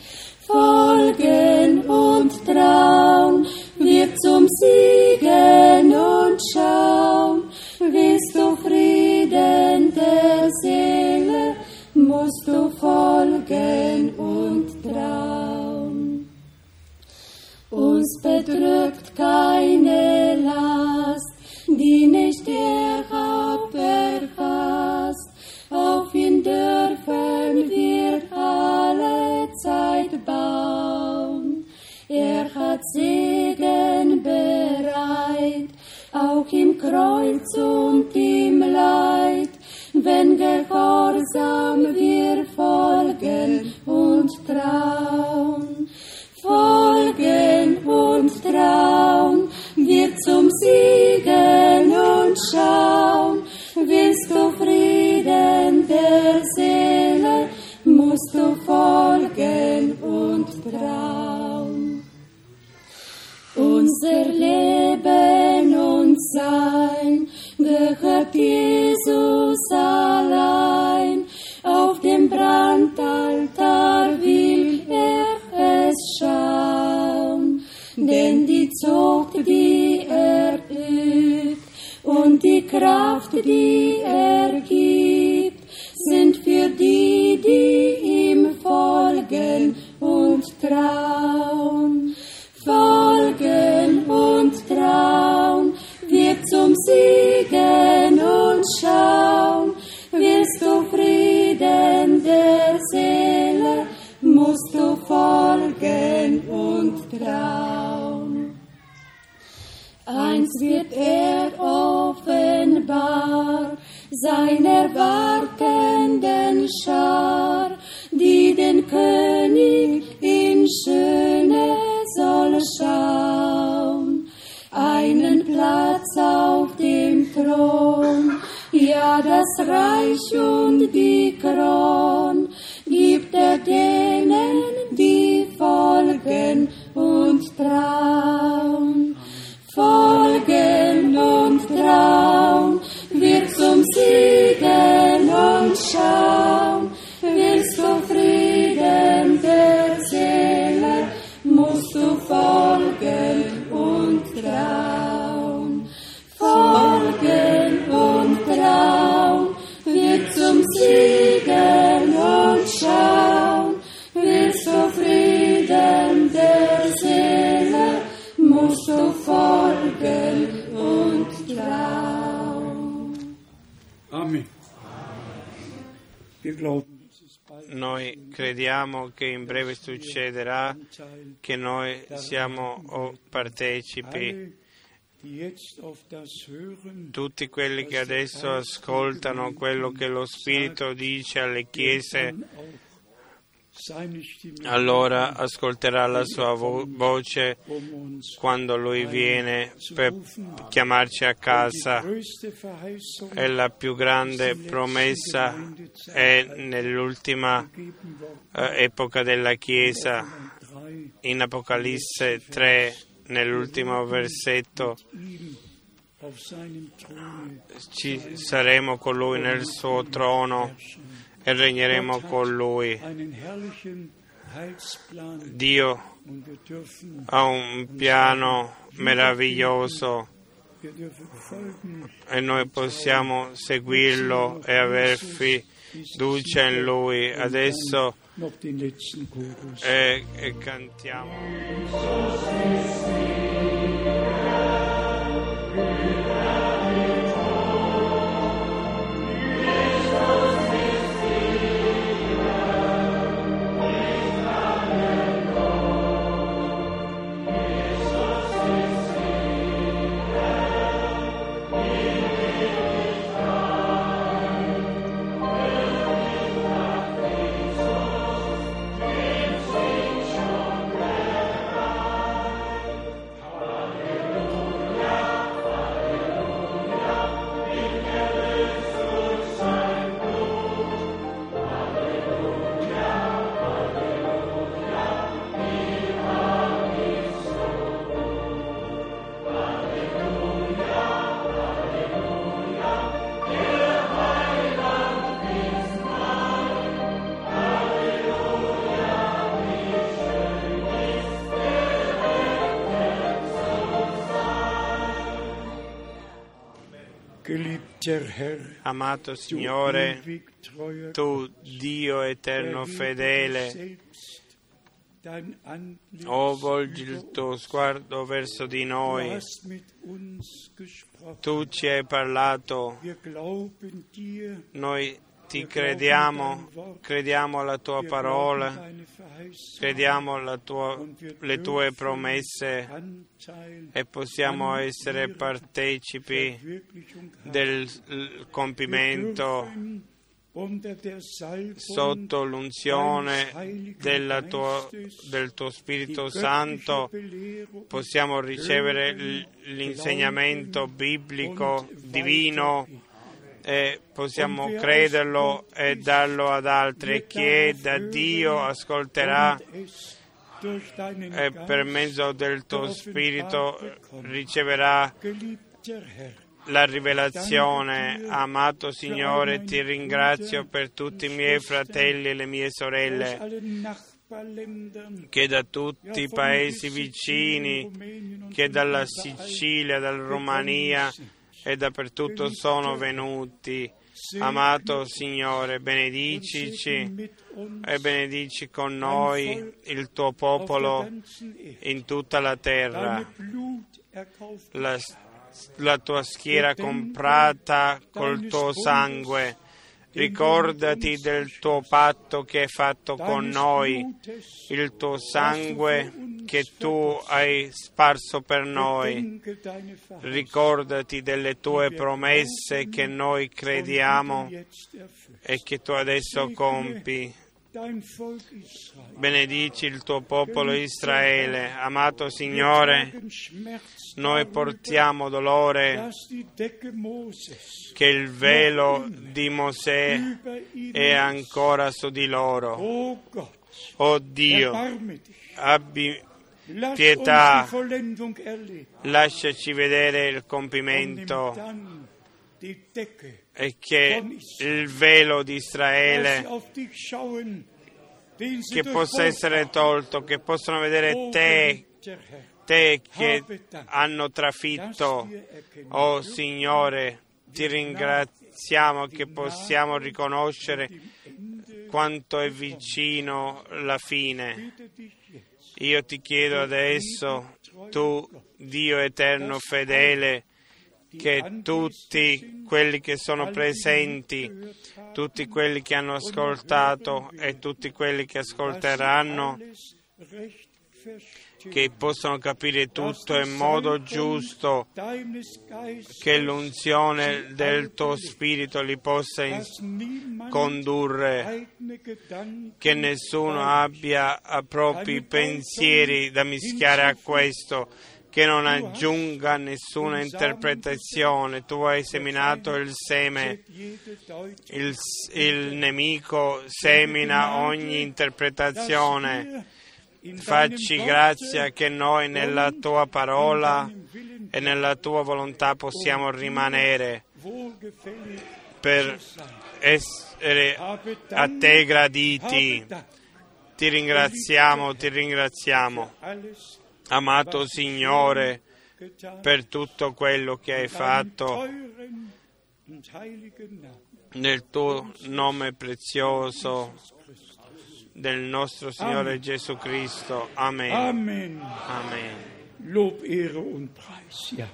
Folgen und trauen, wird zum Siegen und schauen. Willst du Frieden der Seele, musst du folgen und trauen. Uns bedrückt keine Last, die nicht der Haupt erfasst. Auf ihn dürfen wir alle Zeit bauen. Er hat Segen bereit, auch im Kreuz und im Leid. Wenn gehorsam wir folgen und trauen, folgen und trauen, wird zum Siegen und schauen. Willst du Frieden der Seele, musst du folgen und trauen. Unser Leben und Sein gehört Jesus allein. Auf dem Brandaltar will er es schauen, denn die Zucht, die er übt, und die Kraft, die er gibt, sind für die, die ihm folgen und trauen. Folgen und trauen, wird zum Siegen und schauen. Willst du Frieden der Seele, musst du folgen und trauen. Einst wird er offenbar seiner wartenden Schar, die den König in Schöne soll schauen. Einen Platz auf dem Thron, ja das Reich und die Kron, gibt er denen, die folgen und trauen. Folgen und trauen, wird zum Siegen und schauen. Willst du Frieden der Seele, musst du folgen und trauen. Folgen und trauen, wird zum Siegen Amen. Wir glauben, es ist bald Noi crediamo che in breve succederà che noi siamo oh, partecipi. alle, die jetzt auf das hören, Tutti quelli che adesso ascoltano quello che lo Spirito dice alle chiese, dann auch seine Stimme, allora ascolterà la sua vo- voce um uns quando Lui viene per chiamarci a casa. die größte Verheißung E la più grande promessa è nell'ultima gegeben worden. eh, epoca della Chiesa, drei in Apocalisse tre, nell'ultimo versetto, ihm auf seinem Throne ci saremo con Lui nel suo trono e regneremo con Lui. einen herrlichen Heilsplan Dio und wir dürfen, ha un piano meraviglioso wir dürfen folgen. e noi possiamo seguirlo e aver fiducia in Lui. Adesso Noch den letzten Chorus. e, e cantiamo. Geliebter Herr, Amato du Signore, ewig treuer tu Dio eterno erhebe fedele, selbst dein Antlitz o volgi über il tuo uns. sguardo verso di Du noi. hast mit uns gesprochen. Tu ci hai parlato, Wir glauben dir, noi ti crediamo, crediamo alla tua wir parola, glauben deine Verheißung crediamo alla tua, le tue promesse Anteil e possiamo essere partecipi Verwirklichung haben. del l- compimento dürfen unter der Salbung sotto l'unzione deines Heiligen della tua- Geistes del tuo die Spirito göttliche Santo. Belehrung Possiamo ricevere l- l'insegnamento biblico divino e possiamo crederlo e darlo ad altri, e chi è da Dio ascolterà und es durch deinen e per Geist mezzo del tuo geoffenbart Spirito bekommen. riceverà Geliebter Herr, la rivelazione. Amato Signore, ti ringrazio per tutti i miei fratelli e le mie aus sorelle allen Nachbarländern, che da tutti ja, i von paesi Sizilien, vicini, Rumänien und che dalla von überall Sicilia, dalla Romania gekommen sind. e dappertutto sono venuti. Amato Signore, benedicici Mit uns e benedici con noi il tuo auf der popolo ganzen Erde. in tutta la terra, Deine Blut erkauft la, la tua schiera comprata col tuo sangue. Ricordati del tuo patto che hai fatto con noi, il tuo sangue che tu hai sparso per noi. Ricordati delle tue promesse che noi crediamo e che tu adesso compi. Benedici il tuo popolo Israele. Amato Signore, noi portiamo dolore che il velo di Mosè è ancora su di loro. Oh Dio, abbi pietà, lasciaci vedere il compimento e che il velo di Israele che possa essere tolto, che possano vedere te, te che hanno trafitto. Oh Signore, ti ringraziamo che possiamo riconoscere quanto è vicino la fine. Io ti chiedo adesso, tu Dio eterno fedele, che tutti quelli che sono presenti, tutti quelli che hanno ascoltato e tutti quelli che ascolteranno, che possano capire tutto in modo giusto, che l'unzione del tuo Spirito li possa in- condurre, che nessuno abbia propri pensieri da mischiare a questo, che non aggiunga nessuna interpretazione. Tu hai seminato il seme, il, il nemico semina ogni interpretazione. Facci grazia che noi nella tua parola e nella tua volontà possiamo rimanere per essere a te graditi. Ti ringraziamo, ti ringraziamo, amato Signore, per tutto quello che hai fatto nel tuo nome prezioso del nostro Signore Amen. Gesù Cristo. Amen. Amen. Amen. Lob, Ehre und Preis. Ja.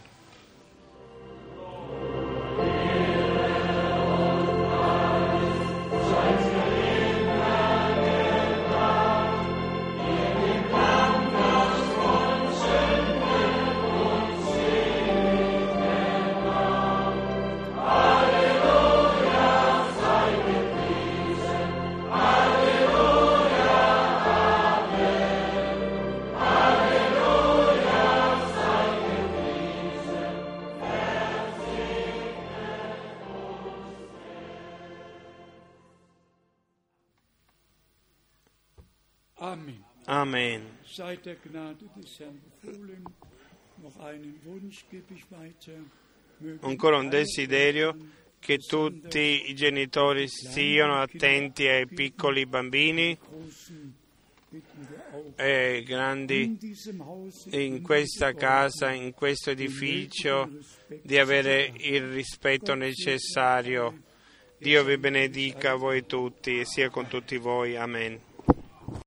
Amen. Amen. Seit der Gnade des Herrn befohlen, noch einen Wunsch gebe ich weiter. Mögen Ancora un alle desiderio che tutti i genitori siano attenti ai piccoli bambini Großen bitten wir auch e grandi in diesem Haus in questa casa, in questo edificio, di avere il rispetto necessario. Dio vi benedica voi tutti e sia con tutti voi. Amen.